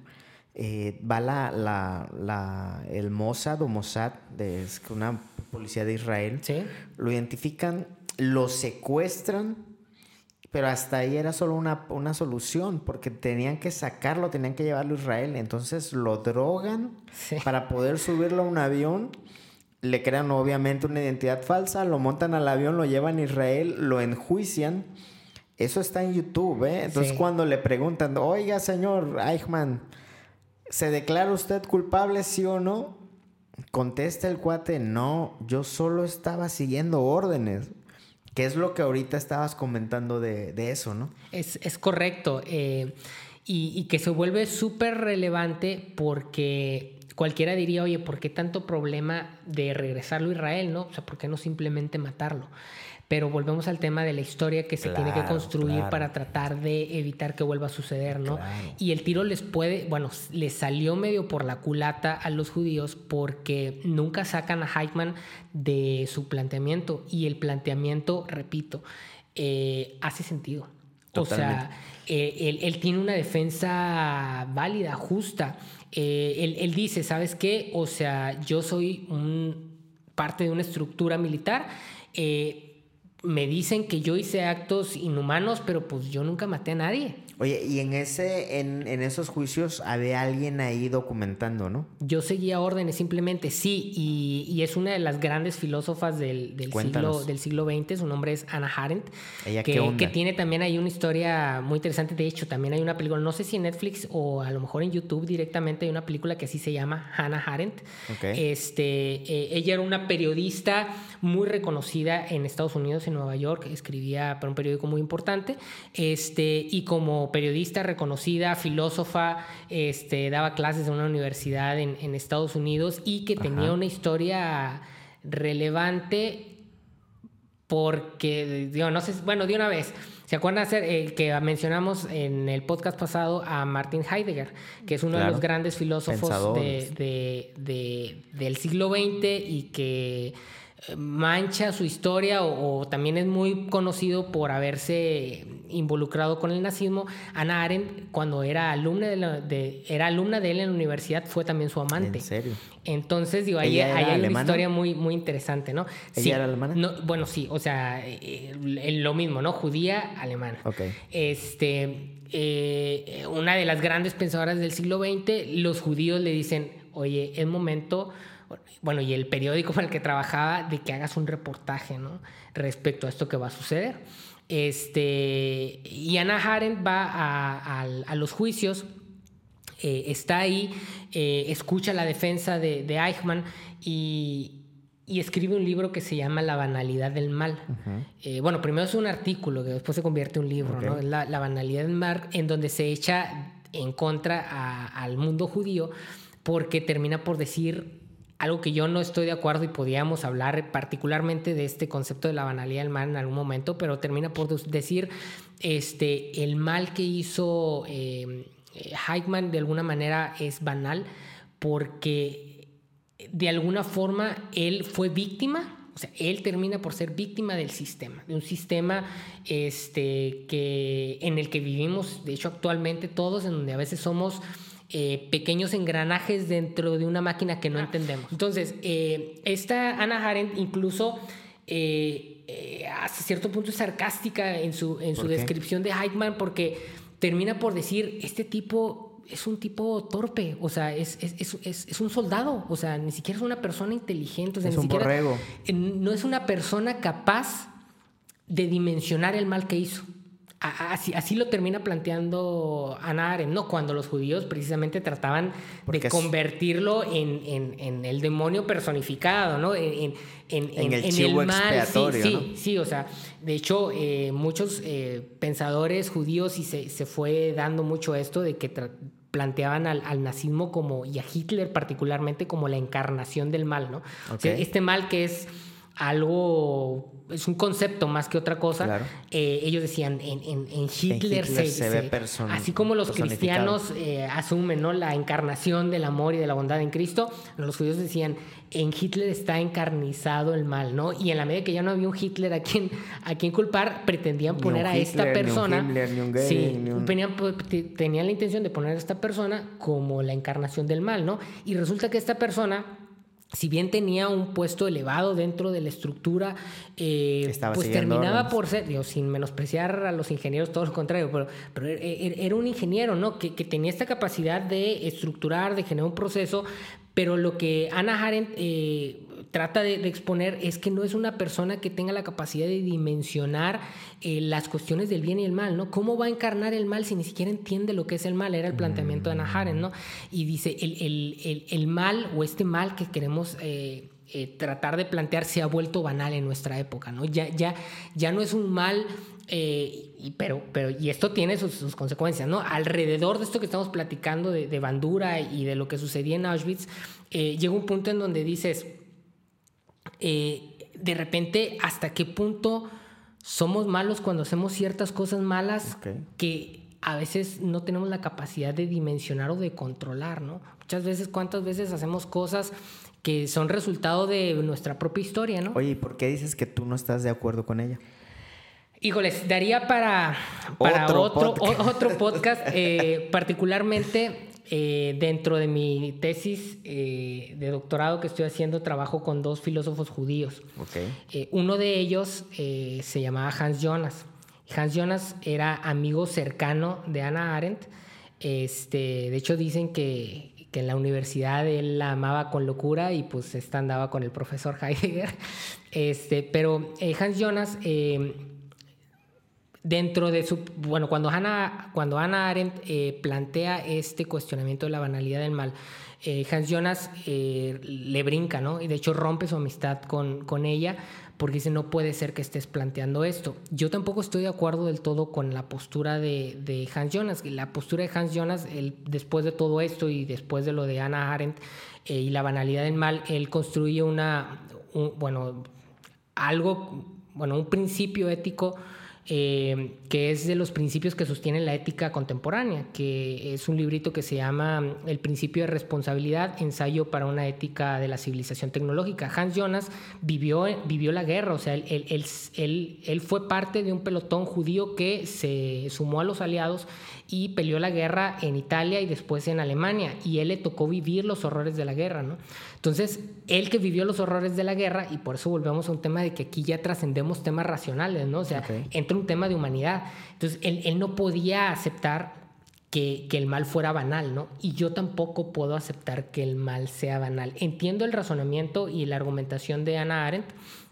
va el Mossad o Mossad, es una policía de Israel. ¿Sí? Lo identifican, lo secuestran, pero hasta ahí era solo una solución, porque tenían que sacarlo, tenían que llevarlo a Israel. Entonces lo drogan, sí, para poder subirlo a un avión. Le crean obviamente una identidad falsa, lo montan al avión, lo llevan a Israel, lo enjuician. Eso está en YouTube, ¿eh? Entonces, sí, cuando le preguntan, oiga, señor Eichmann, ¿se declara usted culpable, sí o no? Contesta el cuate, no, yo solo estaba siguiendo órdenes. ¿Qué es lo que ahorita estabas comentando de eso, no? Es correcto. Y que se vuelve súper relevante porque cualquiera diría, oye, ¿por qué tanto problema de regresarlo a Israel, no? O sea, ¿por qué no simplemente matarlo? Pero volvemos al tema de la historia que se tiene que construir para tratar de evitar que vuelva a suceder, ¿no? Claro. Y el tiro les salió medio por la culata a los judíos porque nunca sacan a Eichmann de su planteamiento. Y el planteamiento, repito, hace sentido. Totalmente. O sea, él tiene una defensa válida, justa. Él dice, ¿sabes qué? O sea, yo soy parte de una estructura militar. Me dicen que yo hice actos inhumanos, pero pues yo nunca maté a nadie. Oye, y en esos juicios había alguien ahí documentando, ¿no? Yo seguía órdenes simplemente, sí, y es una de las grandes filósofas del siglo XX. Su nombre es Hannah Arendt. ¿Ella qué onda? Que tiene también ahí una historia muy interesante. De hecho, también hay una película, no sé si en Netflix o a lo mejor en YouTube directamente, hay una película que así se llama Hannah Arendt. Okay. Ella era una periodista muy reconocida en Estados Unidos, en Nueva York. Escribía para un periódico muy importante. Y como periodista reconocida, filósofa, daba clases en una universidad en Estados Unidos y que tenía una historia relevante porque, digo, no sé, bueno, de una vez, ¿se acuerdan que mencionamos en el podcast pasado a Martin Heidegger, que es uno de los grandes filósofos del siglo XX y que mancha su historia o también es muy conocido por haberse involucrado con el nazismo? Hannah Arendt, cuando era alumna de él en la universidad, fue también su amante. ¿En serio? Entonces, digo, ahí hay una historia muy, muy interesante, ¿no? ¿Ella era alemana? No, bueno, sí, o sea, lo mismo, ¿no? Judía, alemana. Okay. Una de las grandes pensadoras del siglo XX, los judíos le dicen, oye, es momento... Bueno, y el periódico para el que trabajaba, de que hagas un reportaje, ¿no?, respecto a esto que va a suceder. Y Hannah Arendt va a los juicios, está ahí, escucha la defensa de Eichmann y escribe un libro que se llama La banalidad del mal. Bueno, primero es un artículo que después se convierte en un libro, ¿no? La banalidad del mal, en donde se echa en contra al mundo judío porque termina por decir algo que yo no estoy de acuerdo, y podíamos hablar particularmente de este concepto de la banalidad del mal en algún momento, pero termina por decir el mal que hizo Eichmann de alguna manera es banal porque de alguna forma él fue víctima. O sea, él termina por ser víctima del sistema, de un sistema en el que vivimos, de hecho, actualmente todos, en donde a veces somos pequeños engranajes dentro de una máquina que no entendemos. Entonces, esta Hannah Arendt incluso hasta cierto punto es sarcástica en su descripción de Eichmann, porque termina por decir, este tipo es un tipo torpe, o sea, es un soldado, o sea, ni siquiera es una persona inteligente, o sea, es ni un siquiera, borrego. No es una persona capaz de dimensionar el mal que hizo. Así lo termina planteando Hannah Arendt, ¿no? Cuando los judíos precisamente trataban de convertirlo en el demonio personificado, ¿no? En el chivo expiatorio, ¿no? Sí, o sea, de hecho, muchos pensadores judíos, y se fue dando mucho esto de que planteaban al nazismo como, y a Hitler particularmente, como la encarnación del mal, ¿no? Okay. O sea, este mal que es algo, es un concepto más que otra cosa. Claro. Ellos decían, en Hitler se ve así como los cristianos asumen, ¿no?, la encarnación del amor y de la bondad en Cristo, los judíos decían, en Hitler está encarnizado el mal, ¿no? Y en la medida que ya no había un Hitler a quien culpar, pretendían poner a esta persona, tenían la intención de poner a esta persona como la encarnación del mal, ¿no? Y resulta que esta persona, si bien tenía un puesto elevado dentro de la estructura, pues terminaba por ser, digo, sin menospreciar a los ingenieros, todo lo contrario, pero era un ingeniero, ¿no?, que tenía esta capacidad de estructurar, de generar un proceso, pero lo que Hannah Arendt trata de exponer es que no es una persona que tenga la capacidad de dimensionar las cuestiones del bien y el mal, ¿no? ¿Cómo va a encarnar el mal si ni siquiera entiende lo que es el mal? Era el planteamiento de Hannah Arendt, ¿no? Y dice, el mal, o este mal que queremos tratar de plantear, se ha vuelto banal en nuestra época, ¿no? Ya no es un mal, y esto tiene sus consecuencias, ¿no? Alrededor de esto que estamos platicando de Bandura y de lo que sucedía en Auschwitz, llega un punto en donde dices, de repente, ¿hasta qué punto somos malos cuando hacemos ciertas cosas malas que a veces no tenemos la capacidad de dimensionar o de controlar, ¿no? Muchas veces, ¿cuántas veces hacemos cosas que son resultado de nuestra propia historia, ¿no? Oye, ¿y por qué dices que tú no estás de acuerdo con ella? Híjoles, daría para otro podcast, particularmente dentro de mi tesis de doctorado que estoy haciendo, trabajo con dos filósofos judíos. Uno de ellos se llamaba Hans Jonas, Hans Jonas era amigo cercano de Hannah Arendt. De hecho, dicen que en la universidad él la amaba con locura y pues esta andaba con el profesor Heidegger. Pero Hans Jonas, dentro de su... Bueno, cuando Hannah Arendt plantea este cuestionamiento de la banalidad del mal, Hans Jonas le brinca, ¿no? Y de hecho rompe su amistad con ella porque dice, no puede ser que estés planteando esto. Yo tampoco estoy de acuerdo del todo con la postura de Hans Jonas. La postura de Hans Jonas, después de todo esto y después de lo de Hannah Arendt y la banalidad del mal, él construye un principio ético que es de los principios que sostienen la ética contemporánea, que es un librito que se llama El principio de responsabilidad, ensayo para una ética de la civilización tecnológica. Hans Jonas vivió la guerra, o sea, él fue parte de un pelotón judío que se sumó a los aliados y peleó la guerra en Italia y después en Alemania, y él le tocó vivir los horrores de la guerra, ¿no? Entonces, él que vivió los horrores de la guerra, y por eso volvemos a un tema de que aquí ya trascendemos temas racionales, ¿no? O sea, entra un tema de humanidad. Entonces, él no podía aceptar que el mal fuera banal, ¿no? Y yo tampoco puedo aceptar que el mal sea banal. Entiendo el razonamiento y la argumentación de Hannah Arendt,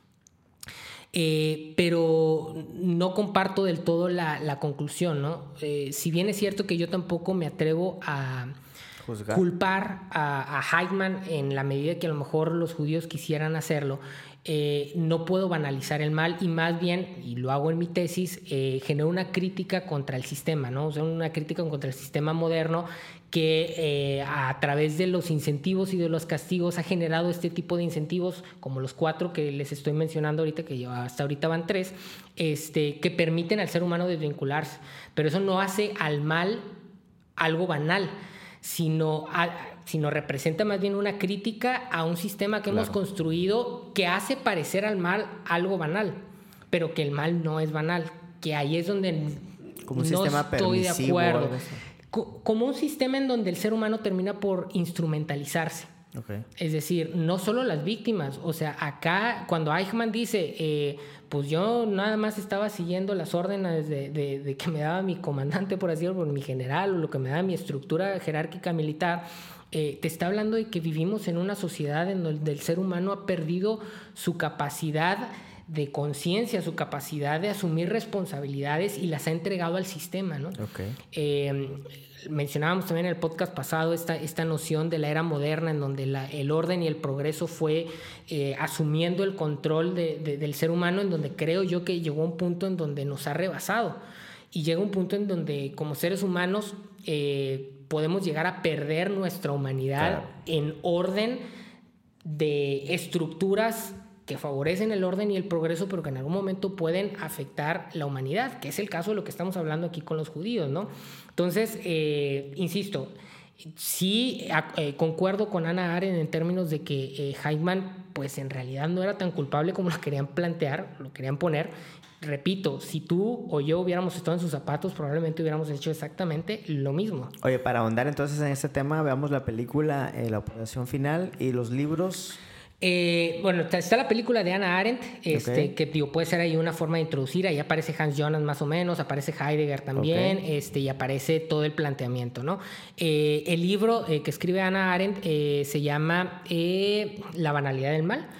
pero no comparto del todo la conclusión, ¿no? Si bien es cierto que yo tampoco me atrevo a juzgar, culpar a Heidmann en la medida que a lo mejor los judíos quisieran hacerlo, no puedo banalizar el mal, y más bien, y lo hago en mi tesis, genero una crítica contra el sistema, ¿no? O sea, una crítica contra el sistema moderno que a través de los incentivos y de los castigos ha generado este tipo de incentivos como los 4 que les estoy mencionando ahorita, que hasta ahorita van 3, que permiten al ser humano desvincularse. Pero eso no hace al mal algo banal, sino representa más bien una crítica a un sistema que hemos construido que hace parecer al mal algo banal, pero que el mal no es banal, que ahí es donde como un no sistema estoy de acuerdo. Como un sistema en donde el ser humano termina por instrumentalizarse. Okay. Es decir, no solo las víctimas. O sea, acá cuando Eichmann dice, pues yo nada más estaba siguiendo las órdenes de que me daba mi comandante, por así decirlo, por mi general, o lo que me daba mi estructura jerárquica militar, te está hablando de que vivimos en una sociedad en donde el ser humano ha perdido su capacidad de conciencia, su capacidad de asumir responsabilidades, y las ha entregado al sistema, ¿no? Okay. Mencionábamos también en el podcast pasado esta noción de la era moderna, en donde el orden y el progreso fue asumiendo el control del ser humano, en donde creo yo que llegó a un punto en donde nos ha rebasado, y llega un punto en donde como seres humanos podemos llegar a perder nuestra humanidad en orden de estructuras que favorecen el orden y el progreso, pero que en algún momento pueden afectar la humanidad, que es el caso de lo que estamos hablando aquí con los judíos, ¿no? Entonces, insisto, sí concuerdo con Hannah Arendt en términos de que Heidmann, pues en realidad no era tan culpable como lo querían plantear, lo querían poner. Repito, si tú o yo hubiéramos estado en sus zapatos, probablemente hubiéramos hecho exactamente lo mismo. Oye, para ahondar entonces en este tema, veamos la película La Operación Final y los libros. Bueno, está la película de Hannah Arendt, que digo, puede ser ahí una forma de introducir. Ahí aparece Hans Jonas más o menos, aparece Heidegger también, y aparece todo el planteamiento, ¿no? El libro que escribe Hannah Arendt se llama La banalidad del mal.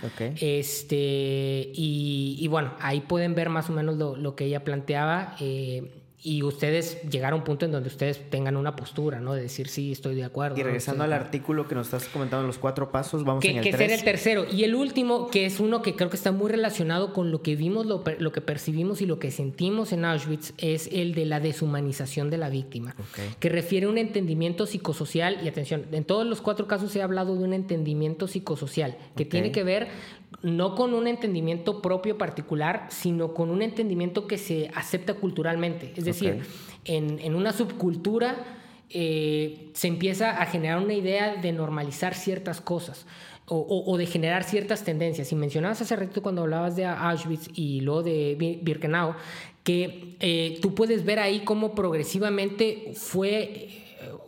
Y bueno, ahí pueden ver más o menos lo que ella planteaba. Y ustedes llegar a un punto en donde ustedes tengan una postura, ¿no? De decir, sí, estoy de acuerdo. Y regresando al artículo que nos estás comentando, los 4 pasos, vamos en el 3. Que será el tercero. Y el último, que es uno que creo que está muy relacionado con lo que vimos, lo que percibimos y lo que sentimos en Auschwitz, es el de la deshumanización de la víctima. Que refiere a un entendimiento psicosocial. Y atención, en todos los 4 casos he hablado de un entendimiento psicosocial, que tiene que ver no con un entendimiento propio particular, sino con un entendimiento que se acepta culturalmente. Es decir, en una subcultura se empieza a generar una idea de normalizar ciertas cosas o de generar ciertas tendencias. Y mencionabas hace rato cuando hablabas de Auschwitz y luego de Birkenau, que tú puedes ver ahí cómo progresivamente fue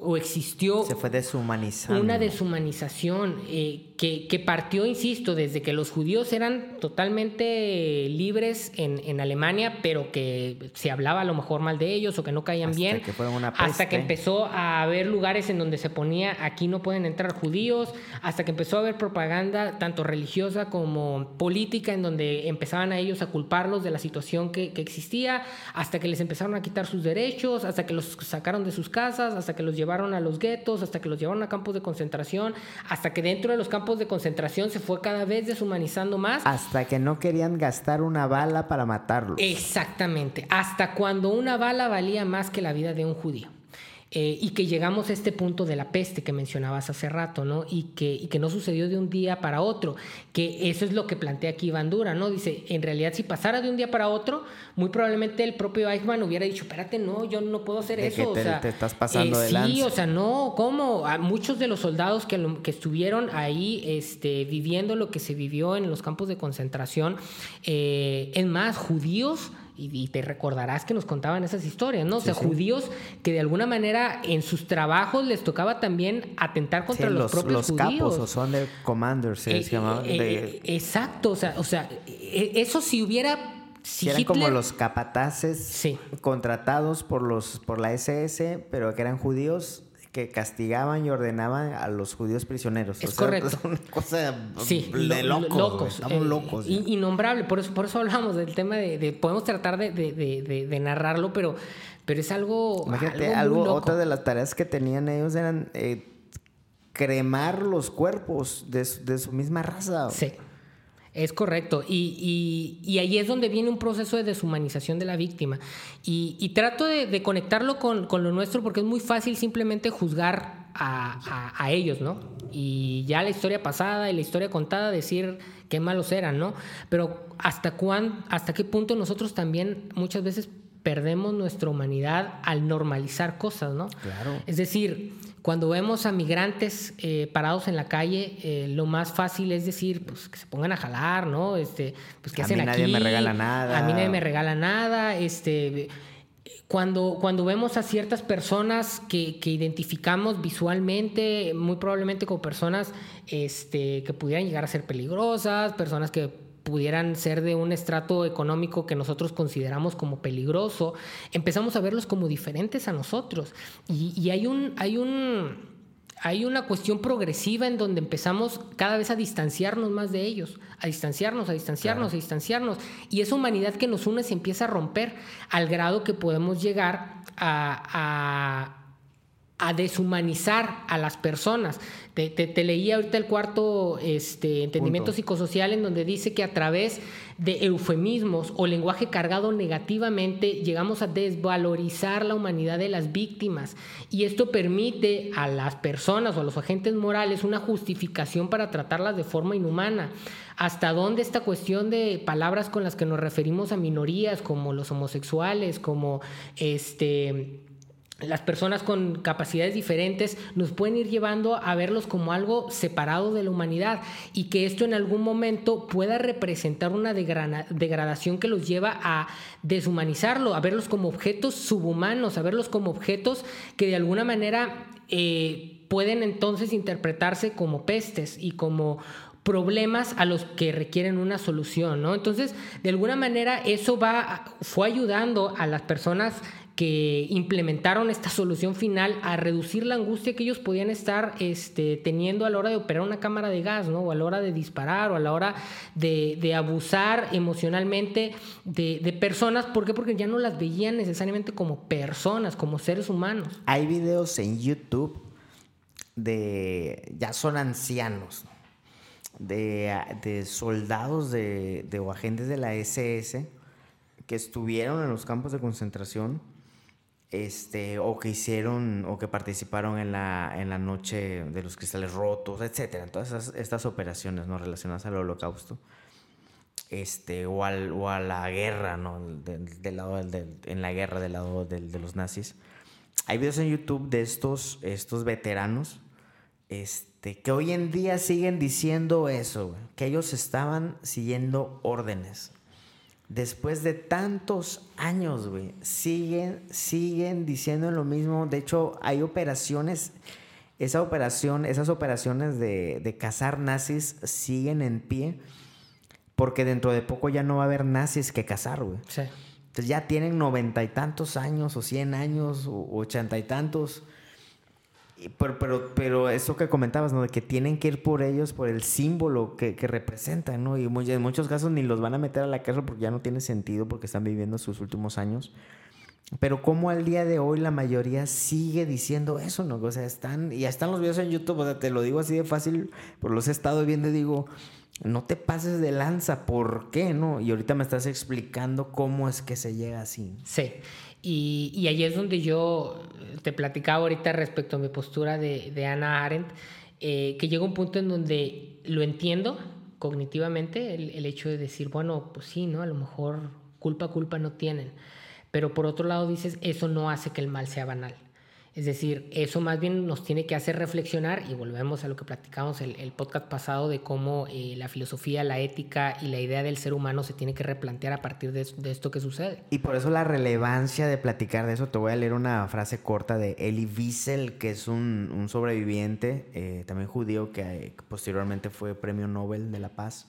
o existió... Se fue deshumanizando. Una deshumanización que partió, insisto, desde que los judíos eran totalmente libres en Alemania, pero que se hablaba a lo mejor mal de ellos o que no caían bien. Que fueron una peste. Hasta que empezó a haber lugares en donde se ponía aquí no pueden entrar judíos, hasta que empezó a haber propaganda tanto religiosa como política en donde empezaban a ellos a culparlos de la situación que existía, hasta que les empezaron a quitar sus derechos, hasta que los sacaron de sus casas, hasta que los llevaron a los guetos, hasta que los llevaron a campos de concentración, hasta que dentro de los campos de concentración se fue cada vez deshumanizando más. Hasta que no querían gastar una bala para matarlos. Exactamente, hasta cuando una bala valía más que la vida de un judío. Y que llegamos a este punto de la peste que mencionabas hace rato, ¿no? Y que no sucedió de un día para otro, que eso es lo que plantea aquí Bandura, ¿no? Dice, en realidad si pasara de un día para otro, muy probablemente el propio Eichmann hubiera dicho, espérate, no, yo no puedo hacer eso. Que te estás pasando de lanza. Sí, o sea, no, ¿cómo? A muchos de los soldados que estuvieron ahí viviendo lo que se vivió en los campos de concentración, es más, judíos, y te recordarás que nos contaban esas historias, ¿no? O sea, sí. Judíos que de alguna manera en sus trabajos les tocaba también atentar contra los propios judíos. Los capos o son de commanders, se llamaban. Exacto, o sea, eso si hubiera... Si eran Hitler... como los capataces sí. contratados por la SS, pero que eran judíos que castigaban y ordenaban a los judíos prisioneros. Es correcto. Es una cosa sí, de locos. Estamos locos. Innombrable. Por eso hablamos del tema de podemos tratar de narrarlo, pero es algo. Imagínate, otra de las tareas que tenían ellos eran cremar los cuerpos de su misma raza. Sí. Es correcto. Y ahí es donde viene un proceso de deshumanización de la víctima. Y trato de conectarlo con lo nuestro porque es muy fácil simplemente juzgar a ellos, ¿no? Y ya la historia pasada y la historia contada decir qué malos eran, ¿no? Pero ¿hasta qué punto nosotros también muchas veces perdemos nuestra humanidad al normalizar cosas, ¿no? Claro. Es decir, cuando vemos a migrantes parados en la calle, lo más fácil es decir, pues que se pongan a jalar, ¿no? Pues ¿qué hacen aquí? A mí nadie me regala nada. A mí nadie me regala nada. Cuando vemos a ciertas personas que identificamos visualmente, muy probablemente como personas que pudieran llegar a ser peligrosas, personas que pudieran ser de un estrato económico que nosotros consideramos como peligroso, empezamos a verlos como diferentes a nosotros. Y hay una cuestión progresiva en donde empezamos cada vez a distanciarnos más de ellos, a distanciarnos. Claro. Y esa humanidad que nos une se empieza a romper al grado que podemos llegar a deshumanizar a las personas. Te leí ahorita el cuarto entendimiento psicosocial en donde dice que a través de eufemismos o lenguaje cargado negativamente llegamos a desvalorizar la humanidad de las víctimas y esto permite a las personas o a los agentes morales una justificación para tratarlas de forma inhumana. ¿Hasta dónde esta cuestión de palabras con las que nos referimos a minorías como los homosexuales, como las personas con capacidades diferentes nos pueden ir llevando a verlos como algo separado de la humanidad y que esto en algún momento pueda representar una degradación que los lleva a deshumanizarlo, a verlos como objetos subhumanos, a verlos como objetos que de alguna manera pueden entonces interpretarse como pestes y como problemas a los que requieren una solución, ¿no? Entonces, de alguna manera eso fue ayudando a las personas que implementaron esta solución final a reducir la angustia que ellos podían estar teniendo a la hora de operar una cámara de gas, ¿no? O a la hora de disparar o a la hora de abusar emocionalmente de personas. ¿Por qué? Porque ya no las veían necesariamente como personas, como seres humanos. Hay videos en YouTube ya son ancianos, de soldados o agentes de la SS que estuvieron en los campos de concentración o que participaron en la noche de los cristales rotos, etcétera, en todas estas operaciones, ¿no?, relacionadas al Holocausto, o a la guerra, ¿no?, del lado en la guerra del lado de los nazis. Hay videos en YouTube de estos veteranos que hoy en día siguen diciendo eso, güey, que ellos estaban siguiendo órdenes. después de tantos años, güey, siguen diciendo lo mismo. De hecho, hay operaciones, esas operaciones de cazar nazis siguen en pie, porque dentro de poco ya no va a haber nazis que cazar, güey. Sí. Entonces ya tienen 90 y tantos años, o 100 años, o 80 y tantos. Pero eso que comentabas, ¿no? De que tienen que ir por ellos, por el símbolo que representan, ¿no? Y en muchos casos ni los van a meter a la cárcel porque ya no tiene sentido, porque están viviendo sus últimos años. Pero como al día de hoy la mayoría sigue diciendo eso, ¿no? O sea, ya están los videos en YouTube, o sea, te lo digo así de fácil, pero los he estado viendo y digo, no te pases de lanza, ¿por qué, no? Y ahorita me estás explicando cómo es que se llega así. Sí. Y ahí es donde yo te platicaba ahorita respecto a mi postura de Hannah Arendt, que llega un punto en donde lo entiendo cognitivamente, el hecho de decir, bueno, pues sí, ¿no? A lo mejor culpa no tienen. Pero por otro lado dices, eso no hace que el mal sea banal. Es decir, eso más bien nos tiene que hacer reflexionar, y volvemos a lo que platicamos el podcast pasado de cómo la filosofía, la ética y la idea del ser humano se tiene que replantear a partir de esto que sucede. Y por eso la relevancia de platicar de eso. Te voy a leer una frase corta de Elie Wiesel, que es un sobreviviente, también judío, que posteriormente fue Premio Nobel de la Paz.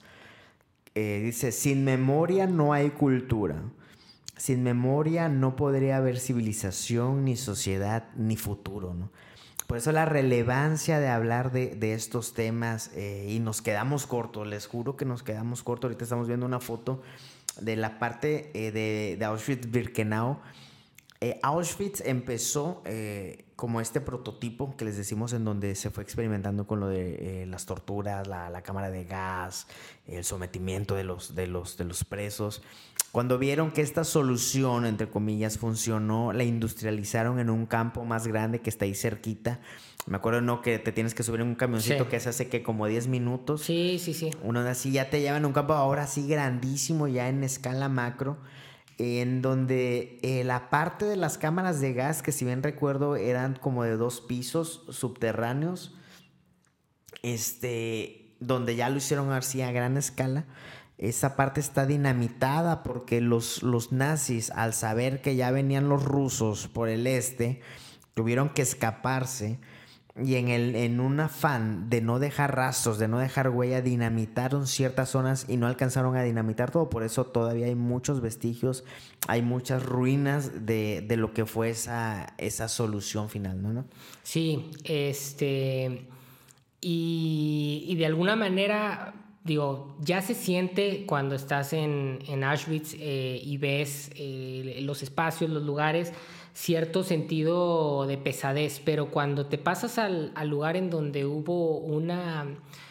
Dice, sin memoria no hay cultura. Sin memoria no podría haber civilización, ni sociedad, ni futuro, ¿no? Por eso la relevancia de hablar de estos temas, y nos quedamos cortos, les juro que nos quedamos cortos. Ahorita estamos viendo una foto de la parte de Auschwitz-Birkenau. Auschwitz empezó como este prototipo que les decimos, en donde se fue experimentando con lo de las torturas, la cámara de gas, el sometimiento de los presos. Cuando vieron que esta solución, entre comillas, funcionó, la industrializaron en un campo más grande que está ahí cerquita. Me acuerdo, ¿no? Que te tienes que subir en un camioncito, sí, que se hace que como 10 minutos. Sí. Uno así ya te llevan a un campo ahora sí grandísimo, ya en escala macro, en donde la parte de las cámaras de gas, que si bien recuerdo eran como de 2 pisos subterráneos, donde ya lo hicieron así a gran escala, esa parte está dinamitada porque los nazis, al saber que ya venían los rusos por el este, tuvieron que escaparse, y en un afán de no dejar rastros, de no dejar huella, dinamitaron ciertas zonas y no alcanzaron a dinamitar todo. Por eso todavía hay muchos vestigios, hay muchas ruinas de lo que fue esa solución final, ¿no? Sí, y de alguna manera, digo, ya se siente cuando estás en Auschwitz y ves los espacios, los lugares, cierto sentido de pesadez, pero cuando te pasas al lugar en donde hubo una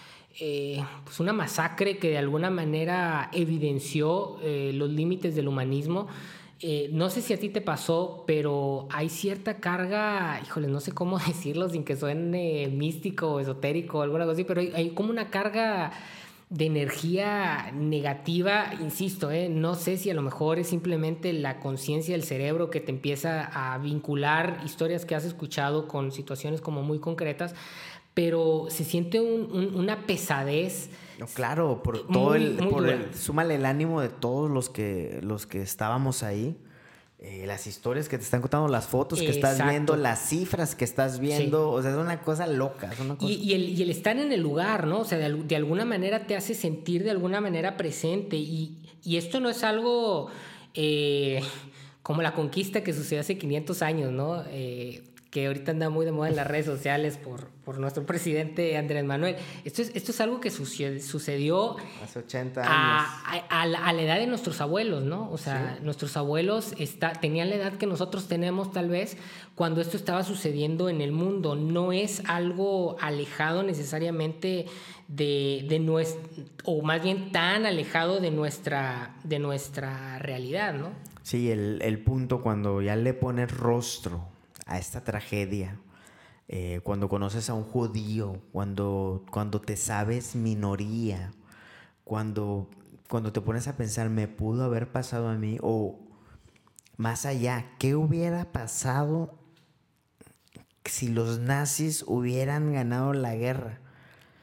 masacre que de alguna manera evidenció los límites del humanismo, no sé si a ti te pasó, pero hay cierta carga, híjole, no sé cómo decirlo sin que suene místico o esotérico o alguna cosa así, pero hay como una carga de energía negativa, insisto, no sé si a lo mejor es simplemente la conciencia del cerebro que te empieza a vincular historias que has escuchado con situaciones como muy concretas, pero se siente una pesadez. No, claro, por todo súmale el ánimo de todos los que estábamos ahí. Las historias que te están contando, las fotos que estás viendo, las cifras que estás viendo, sí. O sea, es una cosa loca. Es una cosa... Y el estar en el lugar, ¿no? O sea, de alguna manera te hace sentir de alguna manera presente. Y esto no es algo como la conquista que sucedió hace 500 años, ¿no? Que ahorita anda muy de moda en las redes sociales por nuestro presidente Andrés Manuel. Esto es algo que sucedió hace 80 años. A la edad de nuestros abuelos, ¿no? O sea, sí. Nuestros abuelos tenían la edad que nosotros tenemos tal vez cuando esto estaba sucediendo en el mundo. No es algo alejado necesariamente de nuestra, o más bien tan alejado de nuestra realidad, ¿no? Sí, el punto cuando ya le pones rostro a esta tragedia, cuando conoces a un judío, cuando te sabes minoría, cuando te pones a pensar, me pudo haber pasado a mí, o más allá, ¿qué hubiera pasado si los nazis hubieran ganado la guerra?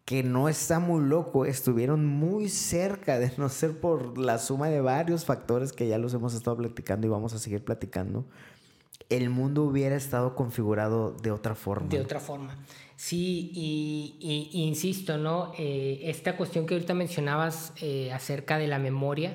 que no está muy loco, estuvieron muy cerca de no ser por la suma de varios factores que ya los hemos estado platicando y vamos a seguir platicando, el mundo hubiera estado configurado de otra forma. De otra forma. Sí, y insisto, ¿no? Esta cuestión que ahorita mencionabas acerca de la memoria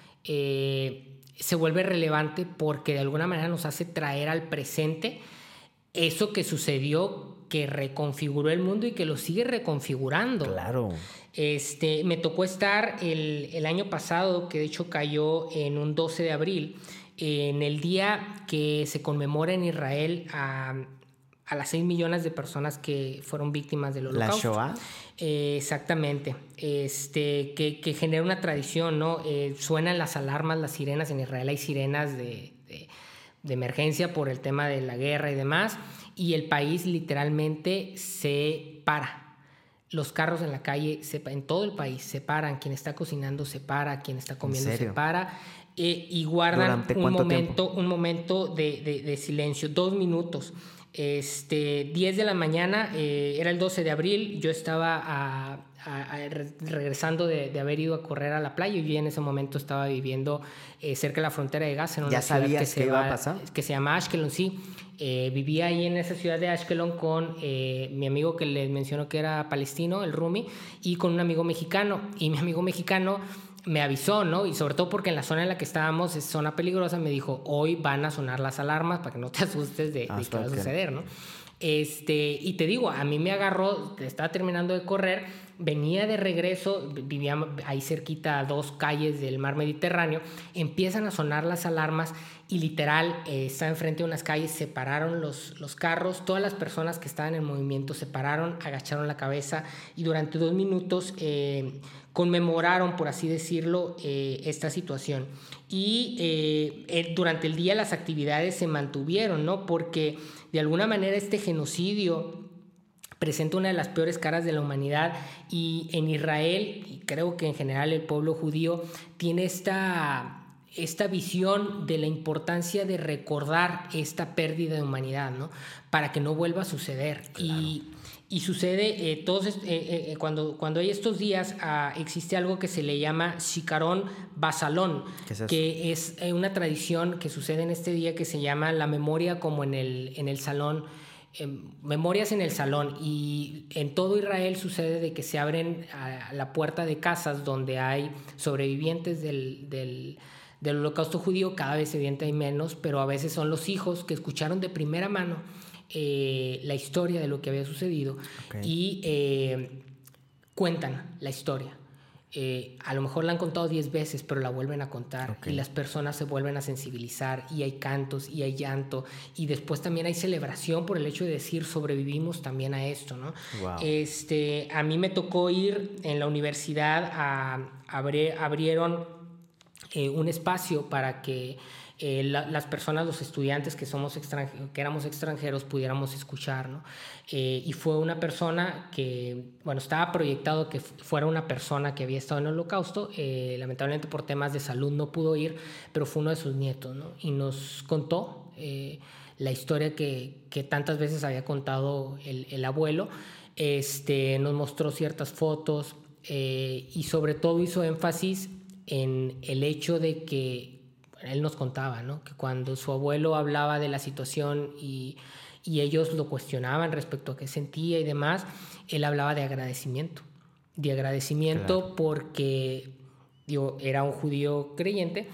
se vuelve relevante porque de alguna manera nos hace traer al presente eso que sucedió, que reconfiguró el mundo y que lo sigue reconfigurando. Claro. Me tocó estar el año pasado, que de hecho cayó en un 12 de abril, en el día que se conmemora en Israel a las 6 millones de personas que fueron víctimas del Holocausto. ¿La Shoah? Exactamente. Que genera una tradición, ¿no? Suenan las alarmas, las sirenas. En Israel hay sirenas de emergencia por el tema de la guerra y demás, y el país literalmente se para. Los carros en la calle, en todo el país, se paran. Quien está cocinando se para, quien está comiendo se para, y guardan un momento de silencio, 2 minutos. 10 de la mañana, era el 12 de abril, yo estaba regresando de haber ido a correr a la playa, y yo en ese momento estaba viviendo cerca de la frontera de Gaza, en una ciudad que se llama Ashkelon, sí. Vivía ahí en esa ciudad de Ashkelon con mi amigo que les menciono que era palestino, el Rumi, y con un amigo mexicano, y mi amigo mexicano me avisó, ¿no? Y sobre todo porque en la zona en la que estábamos es zona peligrosa, me dijo, hoy van a sonar las alarmas para que no te asustes de qué va a suceder, ¿no? Y te digo, a mí me agarró, estaba terminando de correr, venía de regreso, vivía ahí cerquita a 2 calles del mar Mediterráneo, empiezan a sonar las alarmas y literal, estaba enfrente de unas calles, se pararon los carros, todas las personas que estaban en movimiento se pararon, agacharon la cabeza y durante 2 minutos conmemoraron, por así decirlo, esta situación. Y durante el día las actividades se mantuvieron, ¿no? Porque de alguna manera este genocidio presenta una de las peores caras de la humanidad, y en Israel, y creo que en general el pueblo judío, tiene esta visión de la importancia de recordar esta pérdida de humanidad, ¿no? Para que no vuelva a suceder. Claro. Y sucede, cuando hay estos días, existe algo que se le llama Zikaron Basalón, que es una tradición que sucede en este día que se llama la memoria como en el salón, memorias en el salón, y en todo Israel sucede de que se abren a la puerta de casas donde hay sobrevivientes del holocausto judío. Cada vez evidentemente hay menos, pero a veces son los hijos que escucharon de primera mano la historia de lo que había sucedido, y cuentan la historia. A lo mejor la han contado 10 veces, pero la vuelven a contar, y las personas se vuelven a sensibilizar, y hay cantos y hay llanto, y después también hay celebración por el hecho de decir sobrevivimos también a esto, ¿no? Wow. A mí me tocó ir en la universidad, abrieron un espacio para que las personas, los estudiantes que éramos extranjeros, pudiéramos escuchar, ¿no? Y fue una persona que, bueno, estaba proyectado que fuera una persona que había estado en el Holocausto, lamentablemente por temas de salud no pudo ir, pero fue uno de sus nietos, ¿no? Y nos contó la historia que tantas veces había contado el abuelo. Nos mostró ciertas fotos, y sobre todo hizo énfasis en el hecho de que él nos contaba, ¿no? Que cuando su abuelo hablaba de la situación y ellos lo cuestionaban respecto a qué sentía y demás, él hablaba de agradecimiento. Claro. Porque era un judío creyente,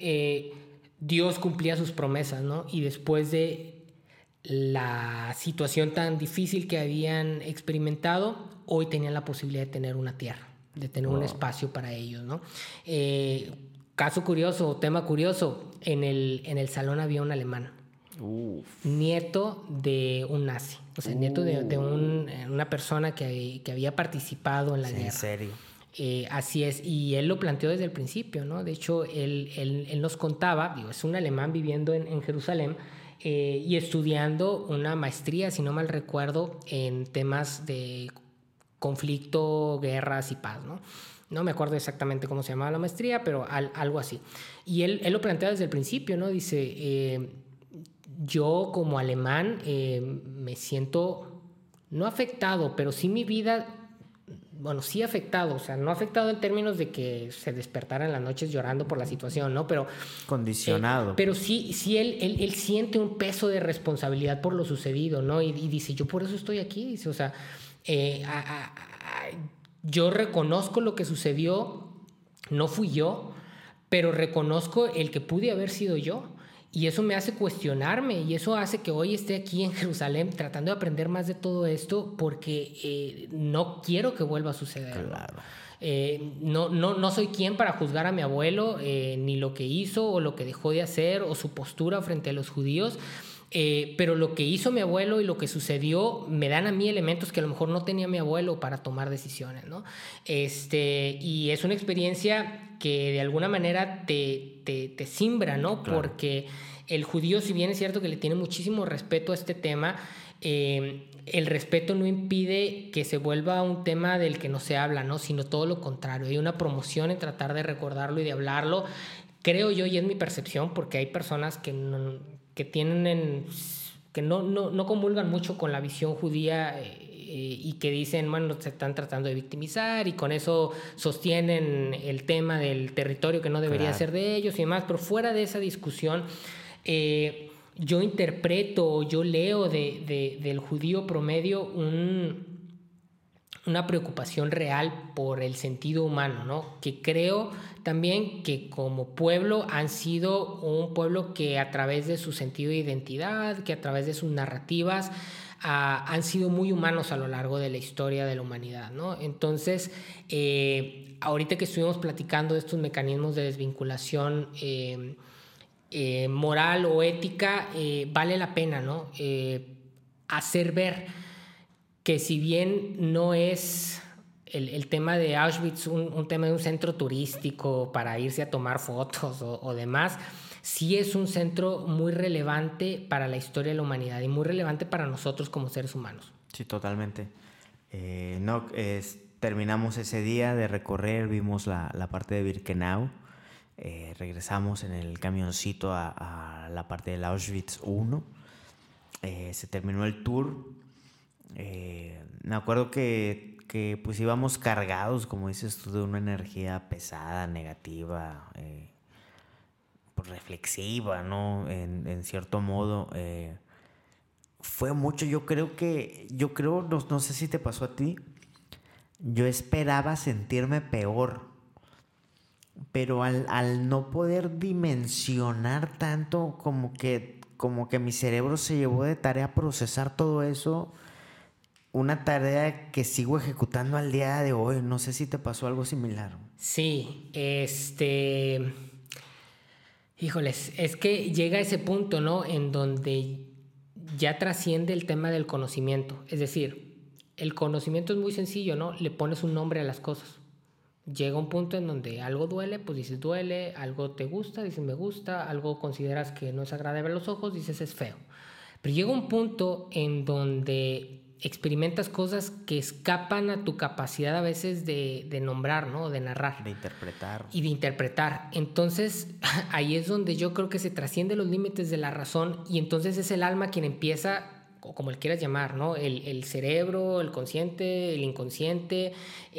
Dios cumplía sus promesas, ¿no? Y después de la situación tan difícil que habían experimentado, hoy tenían la posibilidad de tener una tierra, de tener un espacio para ellos, ¿no? Caso curioso, tema curioso, en el salón había un alemán, nieto de un nazi, o sea, nieto de una persona que había participado en la guerra. ¿En serio? Así es, y él lo planteó desde el principio, ¿no? De hecho, él nos contaba, es un alemán viviendo en Jerusalén, y estudiando una maestría, si no mal recuerdo, en temas de conflicto, guerras y paz, ¿no? No me acuerdo exactamente cómo se llamaba la maestría, pero algo así. Y él lo plantea desde el principio, ¿no? Dice, yo como alemán me siento no afectado, pero sí mi vida bueno, sí afectado, o sea, no afectado en términos de que se despertara en las noches llorando por la situación, ¿no? Pero condicionado. Pero sí él siente un peso de responsabilidad por lo sucedido, ¿no? Y dice, yo por eso estoy aquí, dice, o sea, yo reconozco lo que sucedió, no fui yo, pero reconozco el que pude haber sido yo. Y eso me hace cuestionarme y eso hace que hoy esté aquí en Jerusalén tratando de aprender más de todo esto porque no quiero que vuelva a suceder. Claro. No soy quien para juzgar a mi abuelo, ni lo que hizo o lo que dejó de hacer o su postura frente a los judíos. Pero lo que hizo mi abuelo y lo que sucedió me dan a mí elementos que a lo mejor no tenía mi abuelo para tomar decisiones, ¿no? Y es una experiencia que de alguna manera te simbra, ¿no? Claro. Porque el judío, si bien es cierto que le tiene muchísimo respeto a este tema, el respeto no impide que se vuelva un tema del que no se habla, ¿no? Sino todo lo contrario. Hay una promoción en tratar de recordarlo y de hablarlo. Creo yo, y es mi percepción, porque hay personas que no comulgan mucho con la visión judía y que dicen, bueno, se están tratando de victimizar y con eso sostienen el tema del territorio que no debería ser de ellos y demás. Pero fuera de esa discusión, yo interpreto, yo leo del judío promedio una preocupación real por el sentido humano, ¿no? Que creo también que como pueblo han sido un pueblo que a través de su sentido de identidad, que a través de sus narrativas han sido muy humanos a lo largo de la historia de la humanidad, ¿no? Entonces, ahorita que estuvimos platicando de estos mecanismos de desvinculación moral o ética, vale la pena, ¿no? Hacer ver que si bien no es el tema de Auschwitz un tema de un centro turístico para irse a tomar fotos o demás, sí es un centro muy relevante para la historia de la humanidad y muy relevante para nosotros como seres humanos. Sí, totalmente. Terminamos ese día de recorrer, vimos la parte de Birkenau, regresamos en el camioncito a la parte del Auschwitz 1, se terminó el tour. Me acuerdo que pues íbamos cargados, como dices tú, de una energía pesada, negativa, pues reflexiva, ¿no? En cierto modo. Fue mucho, yo creo, no sé si te pasó a ti, yo esperaba sentirme peor, pero al no poder dimensionar tanto, como que mi cerebro se llevó de tarea a procesar todo eso. Una tarea que sigo ejecutando al día de hoy. No sé si te pasó algo similar. Sí, híjoles, es que llega ese punto, ¿no? En donde ya trasciende el tema del conocimiento. Es decir, el conocimiento es muy sencillo, ¿no? Le pones un nombre a las cosas. Llega un punto en donde algo duele, pues dices duele, algo te gusta, dices me gusta, algo consideras que no es agradable a los ojos, dices es feo. Pero llega un punto en donde experimentas cosas que escapan a tu capacidad a veces de nombrar, ¿no? De narrar. De interpretar. Y de interpretar. Entonces, ahí es donde yo creo que se trasciende los límites de la razón y entonces es el alma quien empieza, o como le quieras llamar, ¿no? El cerebro, el consciente, el inconsciente,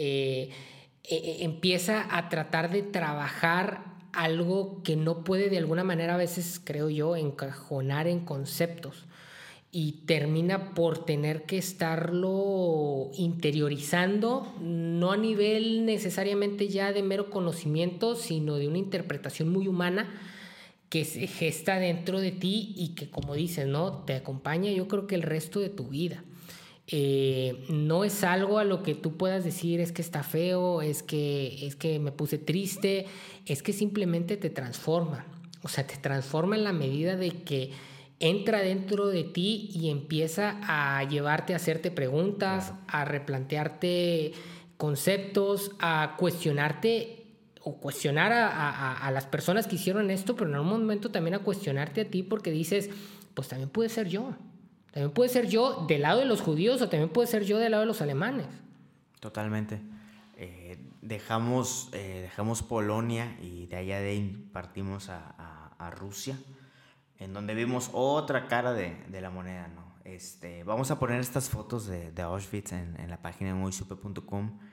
empieza a tratar de trabajar algo que no puede de alguna manera a veces, creo yo, encajonar en conceptos. Y termina por tener que estarlo interiorizando, no a nivel necesariamente ya de mero conocimiento, sino de una interpretación muy humana que se gesta dentro de ti y que, como dices, ¿no? Te acompaña yo creo que el resto de tu vida. No es algo a lo que tú puedas decir es que está feo, es que me puse triste, es que simplemente te transforma. O sea, te transforma en la medida de que entra dentro de ti y empieza a llevarte a hacerte preguntas, a replantearte conceptos, a cuestionarte o cuestionar a las personas que hicieron esto, pero en algún momento también a cuestionarte a ti porque dices, pues también puede ser yo. También puede ser yo del lado de los judíos o también puede ser yo del lado de los alemanes. Totalmente. Dejamos Polonia y de allá de ahí partimos a Rusia, en donde vimos otra cara de la moneda, ¿no? Vamos a poner estas fotos de Auschwitz en la página moisupe.com.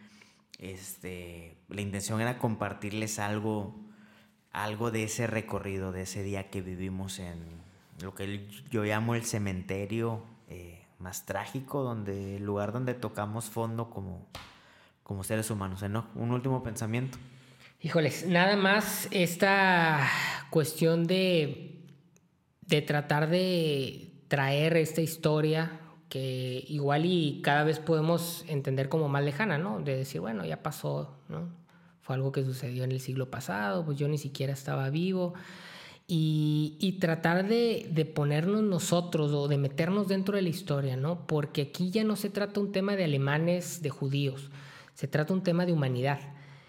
La intención era compartirles algo de ese recorrido, de ese día que vivimos en lo que yo llamo el cementerio más trágico, el lugar donde tocamos fondo como seres humanos. ¿No? Un último pensamiento. Híjoles, nada más esta cuestión de tratar de traer esta historia que igual y cada vez podemos entender como más lejana, ¿no? De decir, bueno, ya pasó, ¿no? Fue algo que sucedió en el siglo pasado, pues yo ni siquiera estaba vivo. Y tratar de ponernos nosotros o de meternos dentro de la historia, ¿no? Porque aquí ya no se trata un tema de alemanes, de judíos, se trata un tema de humanidad.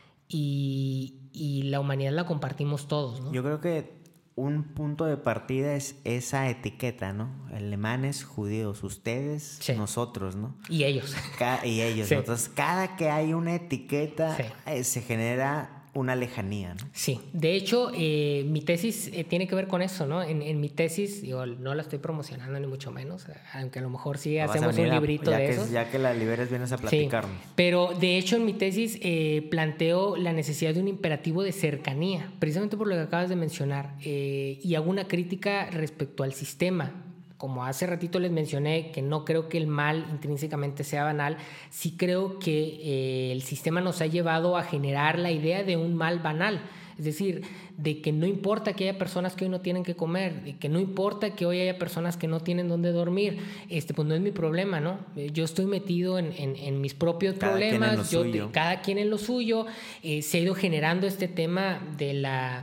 Y la humanidad la compartimos todos, ¿no? Yo creo que un punto de partida es esa etiqueta, ¿no? Alemanes, judíos, ustedes, sí. Nosotros, ¿no? Y ellos. Y ellos. Sí. Entonces, cada que hay una etiqueta, sí. Se genera una lejanía, ¿no? Sí. De hecho, mi tesis tiene que ver con eso, ¿no? En mi tesis, digo, no la estoy promocionando ni mucho menos, aunque a lo mejor sí hacemos un librito de eso. Ya que la liberes vienes a platicarnos. Sí. Pero, de hecho, en mi tesis planteo la necesidad de un imperativo de cercanía, precisamente por lo que acabas de mencionar, y hago una crítica respecto al sistema. Como hace ratito les mencioné que no creo que el mal intrínsecamente sea banal, sí creo que el sistema nos ha llevado a generar la idea de un mal banal. Es decir, de que no importa que haya personas que hoy no tienen que comer, de que no importa que hoy haya personas que no tienen dónde dormir, pues no es mi problema, ¿no? Yo estoy metido en mis propios problemas, cada quien en lo suyo. Se ha ido generando este tema de la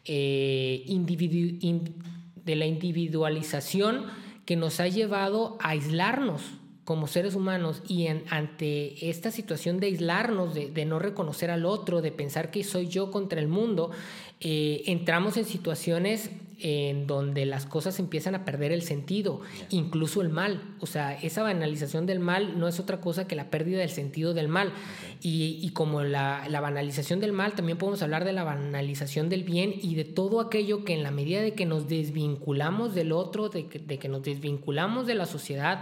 individualización que nos ha llevado a aislarnos como seres humanos, y ante esta situación de aislarnos, de no reconocer al otro, de pensar que soy yo contra el mundo, entramos en situaciones en donde las cosas empiezan a perder el sentido, incluso el mal. O sea, esa banalización del mal no es otra cosa que la pérdida del sentido del mal. Y como la banalización del mal, también podemos hablar de la banalización del bien y de todo aquello que, en la medida de que nos desvinculamos del otro, de que nos desvinculamos de la sociedad,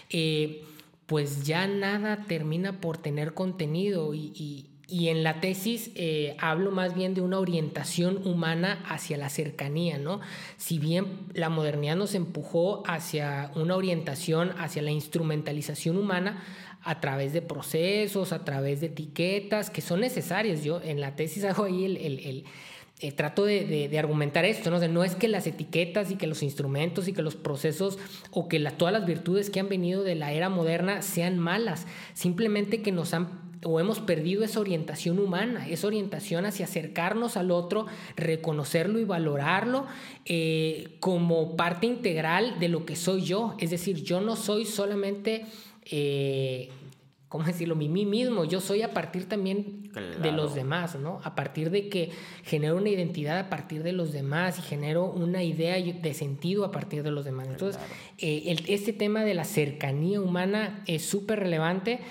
pues ya nada termina por tener contenido. Y en la tesis hablo más bien de una orientación humana hacia la cercanía, ¿no? Si bien la modernidad nos empujó hacia una orientación hacia la instrumentalización humana a través de procesos, a través de etiquetas que son necesarias. Yo en la tesis hago ahí trato de argumentar esto, ¿no? No es que las etiquetas y que los instrumentos y que los procesos o que todas las virtudes que han venido de la era moderna sean malas, simplemente que hemos perdido esa orientación humana, esa orientación hacia acercarnos al otro, reconocerlo y valorarlo como parte integral de lo que soy yo. Es decir, yo no soy solamente, ¿cómo decirlo?, mí mismo. Yo soy a partir también de los demás, ¿no? A partir de que genero una identidad a partir de los demás y genero una idea de sentido a partir de los demás. Entonces, este tema de la cercanía humana es súper relevante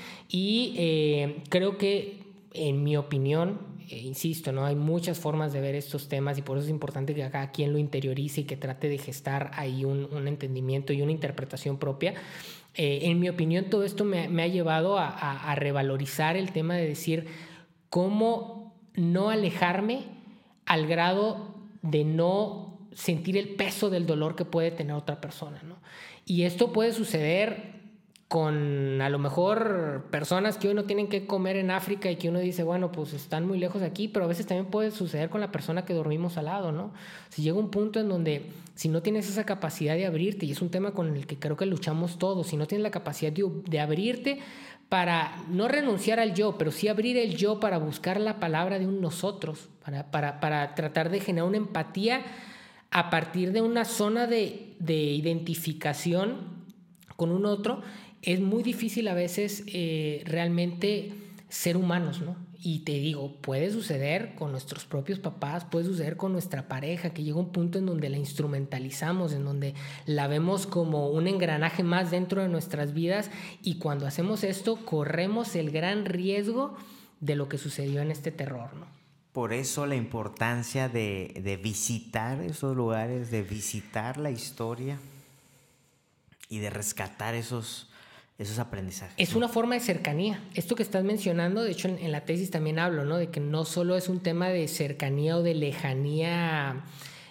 y creo que, en mi opinión, insisto, ¿no? Hay muchas formas de ver estos temas y por eso es importante que cada quien lo interiorice y que trate de gestar ahí un entendimiento y una interpretación propia. En mi opinión, todo esto me ha llevado a revalorizar el tema de decir cómo no alejarme al grado de no sentir el peso del dolor que puede tener otra persona, ¿no? Y esto puede suceder con, a lo mejor, personas que hoy no tienen que comer en África y que uno dice, bueno, pues están muy lejos de aquí, pero a veces también puede suceder con la persona que dormimos al lado, ¿no? Si llega un punto en donde, si no tienes esa capacidad de abrirte, y es un tema con el que creo que luchamos todos, si no tienes la capacidad de abrirte para no renunciar al yo, pero sí abrir el yo para buscar la palabra de un nosotros, para tratar de generar una empatía a partir de una zona de identificación con un otro, es muy difícil a veces realmente ser humanos, ¿no? Y te digo, puede suceder con nuestros propios papás, puede suceder con nuestra pareja, que llega un punto en donde la instrumentalizamos, en donde la vemos como un engranaje más dentro de nuestras vidas, y cuando hacemos esto corremos el gran riesgo de lo que sucedió en este terror, ¿no? Por eso la importancia de visitar esos lugares, de visitar la historia y de rescatar esos esos aprendizajes. Es una forma de cercanía. Esto que estás mencionando, de hecho en la tesis también hablo, ¿no? De que no solo es un tema de cercanía o de lejanía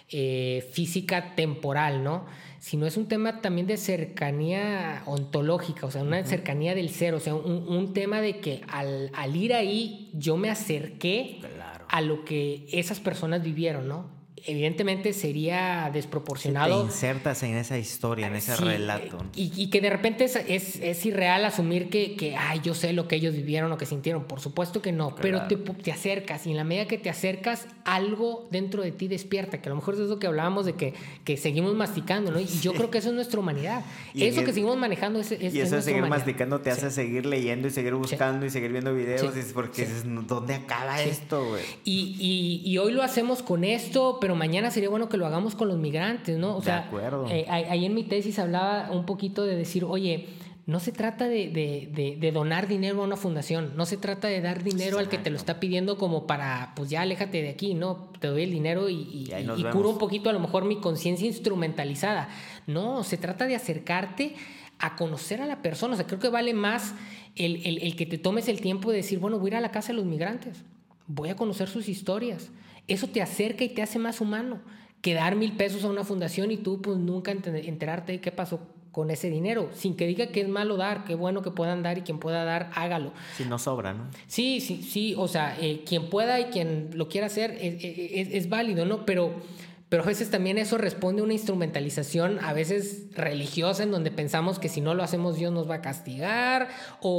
física temporal, ¿no? Sino es un tema también de cercanía ontológica, o sea, una cercanía del ser, o sea, un tema de que al ir ahí yo me acerqué a lo que esas personas vivieron, ¿no? Evidentemente sería desproporcionado. Si te insertas en esa historia, en ese relato. Y que de repente es irreal asumir que yo sé lo que ellos vivieron o que sintieron. Por supuesto que no, pero te acercas, y en la medida que te acercas, algo dentro de ti despierta, que a lo mejor es eso que hablábamos de que seguimos masticando, ¿no? Y yo creo que eso es nuestra humanidad. Eso que seguimos manejando es y eso de seguir humanidad. masticando te hace seguir leyendo y seguir buscando y seguir viendo videos, porque dices, ¿dónde acaba esto, güey? Y hoy lo hacemos con esto, pero mañana sería bueno que lo hagamos con los migrantes, ¿no? O sea, de acuerdo. Ahí en mi tesis hablaba un poquito de decir, oye, no se trata de donar dinero a una fundación, no se trata de dar dinero al que te lo está pidiendo como para, pues ya aléjate de aquí, ¿no? Te doy el dinero y curo un poquito a lo mejor mi conciencia instrumentalizada. No, se trata de acercarte a conocer a la persona. O sea, creo que vale más el que te tomes el tiempo de decir, bueno, voy a ir a la casa de los migrantes, voy a conocer sus historias. Eso te acerca y te hace más humano que dar $1,000 a una fundación y tú pues nunca enterarte de qué pasó con ese dinero, sin que diga que es malo dar, qué bueno que puedan dar, y quien pueda dar, hágalo. Si no sobra, ¿no? Sí, o sea, quien pueda y quien lo quiera hacer es válido, ¿no? Pero a veces también eso responde a una instrumentalización a veces religiosa, en donde pensamos que si no lo hacemos Dios nos va a castigar,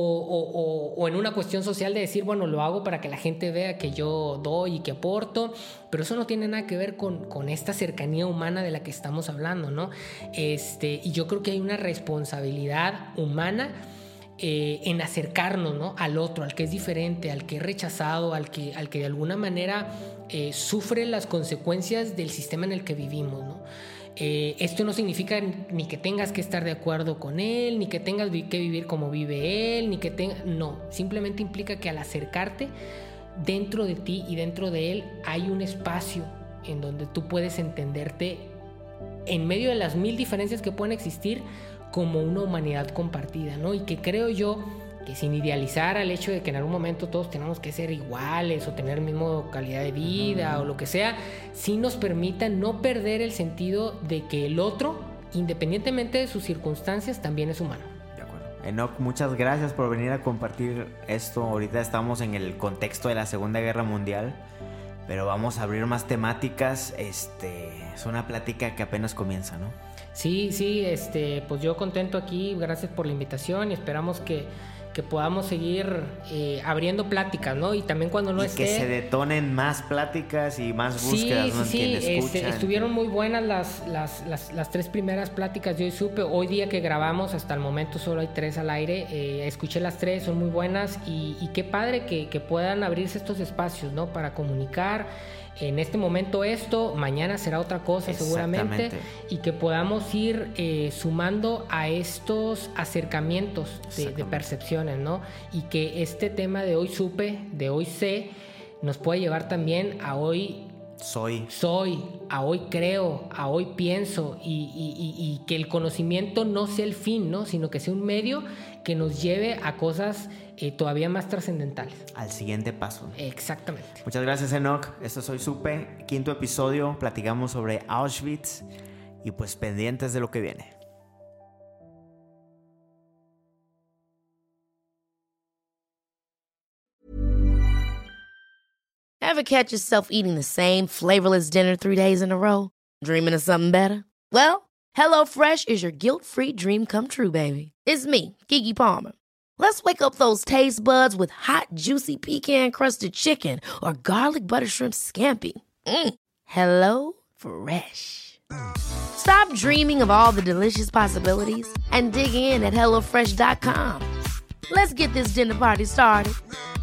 o en una cuestión social de decir, bueno, lo hago para que la gente vea que yo doy y que aporto, pero eso no tiene nada que ver con esta cercanía humana de la que estamos hablando, ¿no? Y yo creo que hay una responsabilidad humana en acercarnos, ¿no? Al otro, al que es diferente, al que es rechazado, al que de alguna manera sufre las consecuencias del sistema en el que vivimos, ¿no? Esto no significa ni que tengas que estar de acuerdo con él, ni que tengas que vivir como vive él, no, simplemente implica que al acercarte, dentro de ti y dentro de él hay un espacio en donde tú puedes entenderte en medio de las 1000 diferencias que pueden existir como una humanidad compartida, ¿no? Y que creo yo que sin idealizar al hecho de que en algún momento todos tenemos que ser iguales o tener la misma calidad de vida o lo que sea, sí nos permita no perder el sentido de que el otro, independientemente de sus circunstancias, también es humano. De acuerdo. Enoch, muchas gracias por venir a compartir esto. Ahorita estamos en el contexto de la Segunda Guerra Mundial, pero vamos a abrir más temáticas. Es una plática que apenas comienza, ¿no? Sí, pues yo contento aquí, gracias por la invitación y esperamos que podamos seguir abriendo pláticas, ¿no? Y también cuando no esté... que se detonen más pláticas y más búsquedas, ¿no? Sí, estuvieron muy buenas las 3 primeras pláticas de Hoy Supe. Hoy día que grabamos, hasta el momento solo hay 3 al aire. Escuché las 3, son muy buenas y qué padre que puedan abrirse estos espacios, ¿no? Para comunicar. En este momento esto, mañana será otra cosa seguramente, y que podamos ir sumando a estos acercamientos de percepciones, ¿no? Y que este tema de Hoy Supe, de Hoy Sé, nos puede llevar también a hoy soy, a hoy creo, a hoy pienso, y que el conocimiento no sea el fin, ¿no? Sino que sea un medio que nos lleve a cosas todavía más trascendentales. Al siguiente paso. Exactamente. Muchas gracias, Enoch. Esto es Hoy Supe, 5º episodio. Platicamos sobre Auschwitz y pues pendientes de lo que viene. Ever catch yourself eating the same flavorless dinner 3 days in a row? Dreaming of something better? Well, HelloFresh is your guilt-free dream come true, baby. It's me, Keke Palmer. Let's wake up those taste buds with hot, juicy pecan-crusted chicken or garlic butter shrimp scampi. Hello Fresh. Stop dreaming of all the delicious possibilities and dig in at HelloFresh.com. Let's get this dinner party started.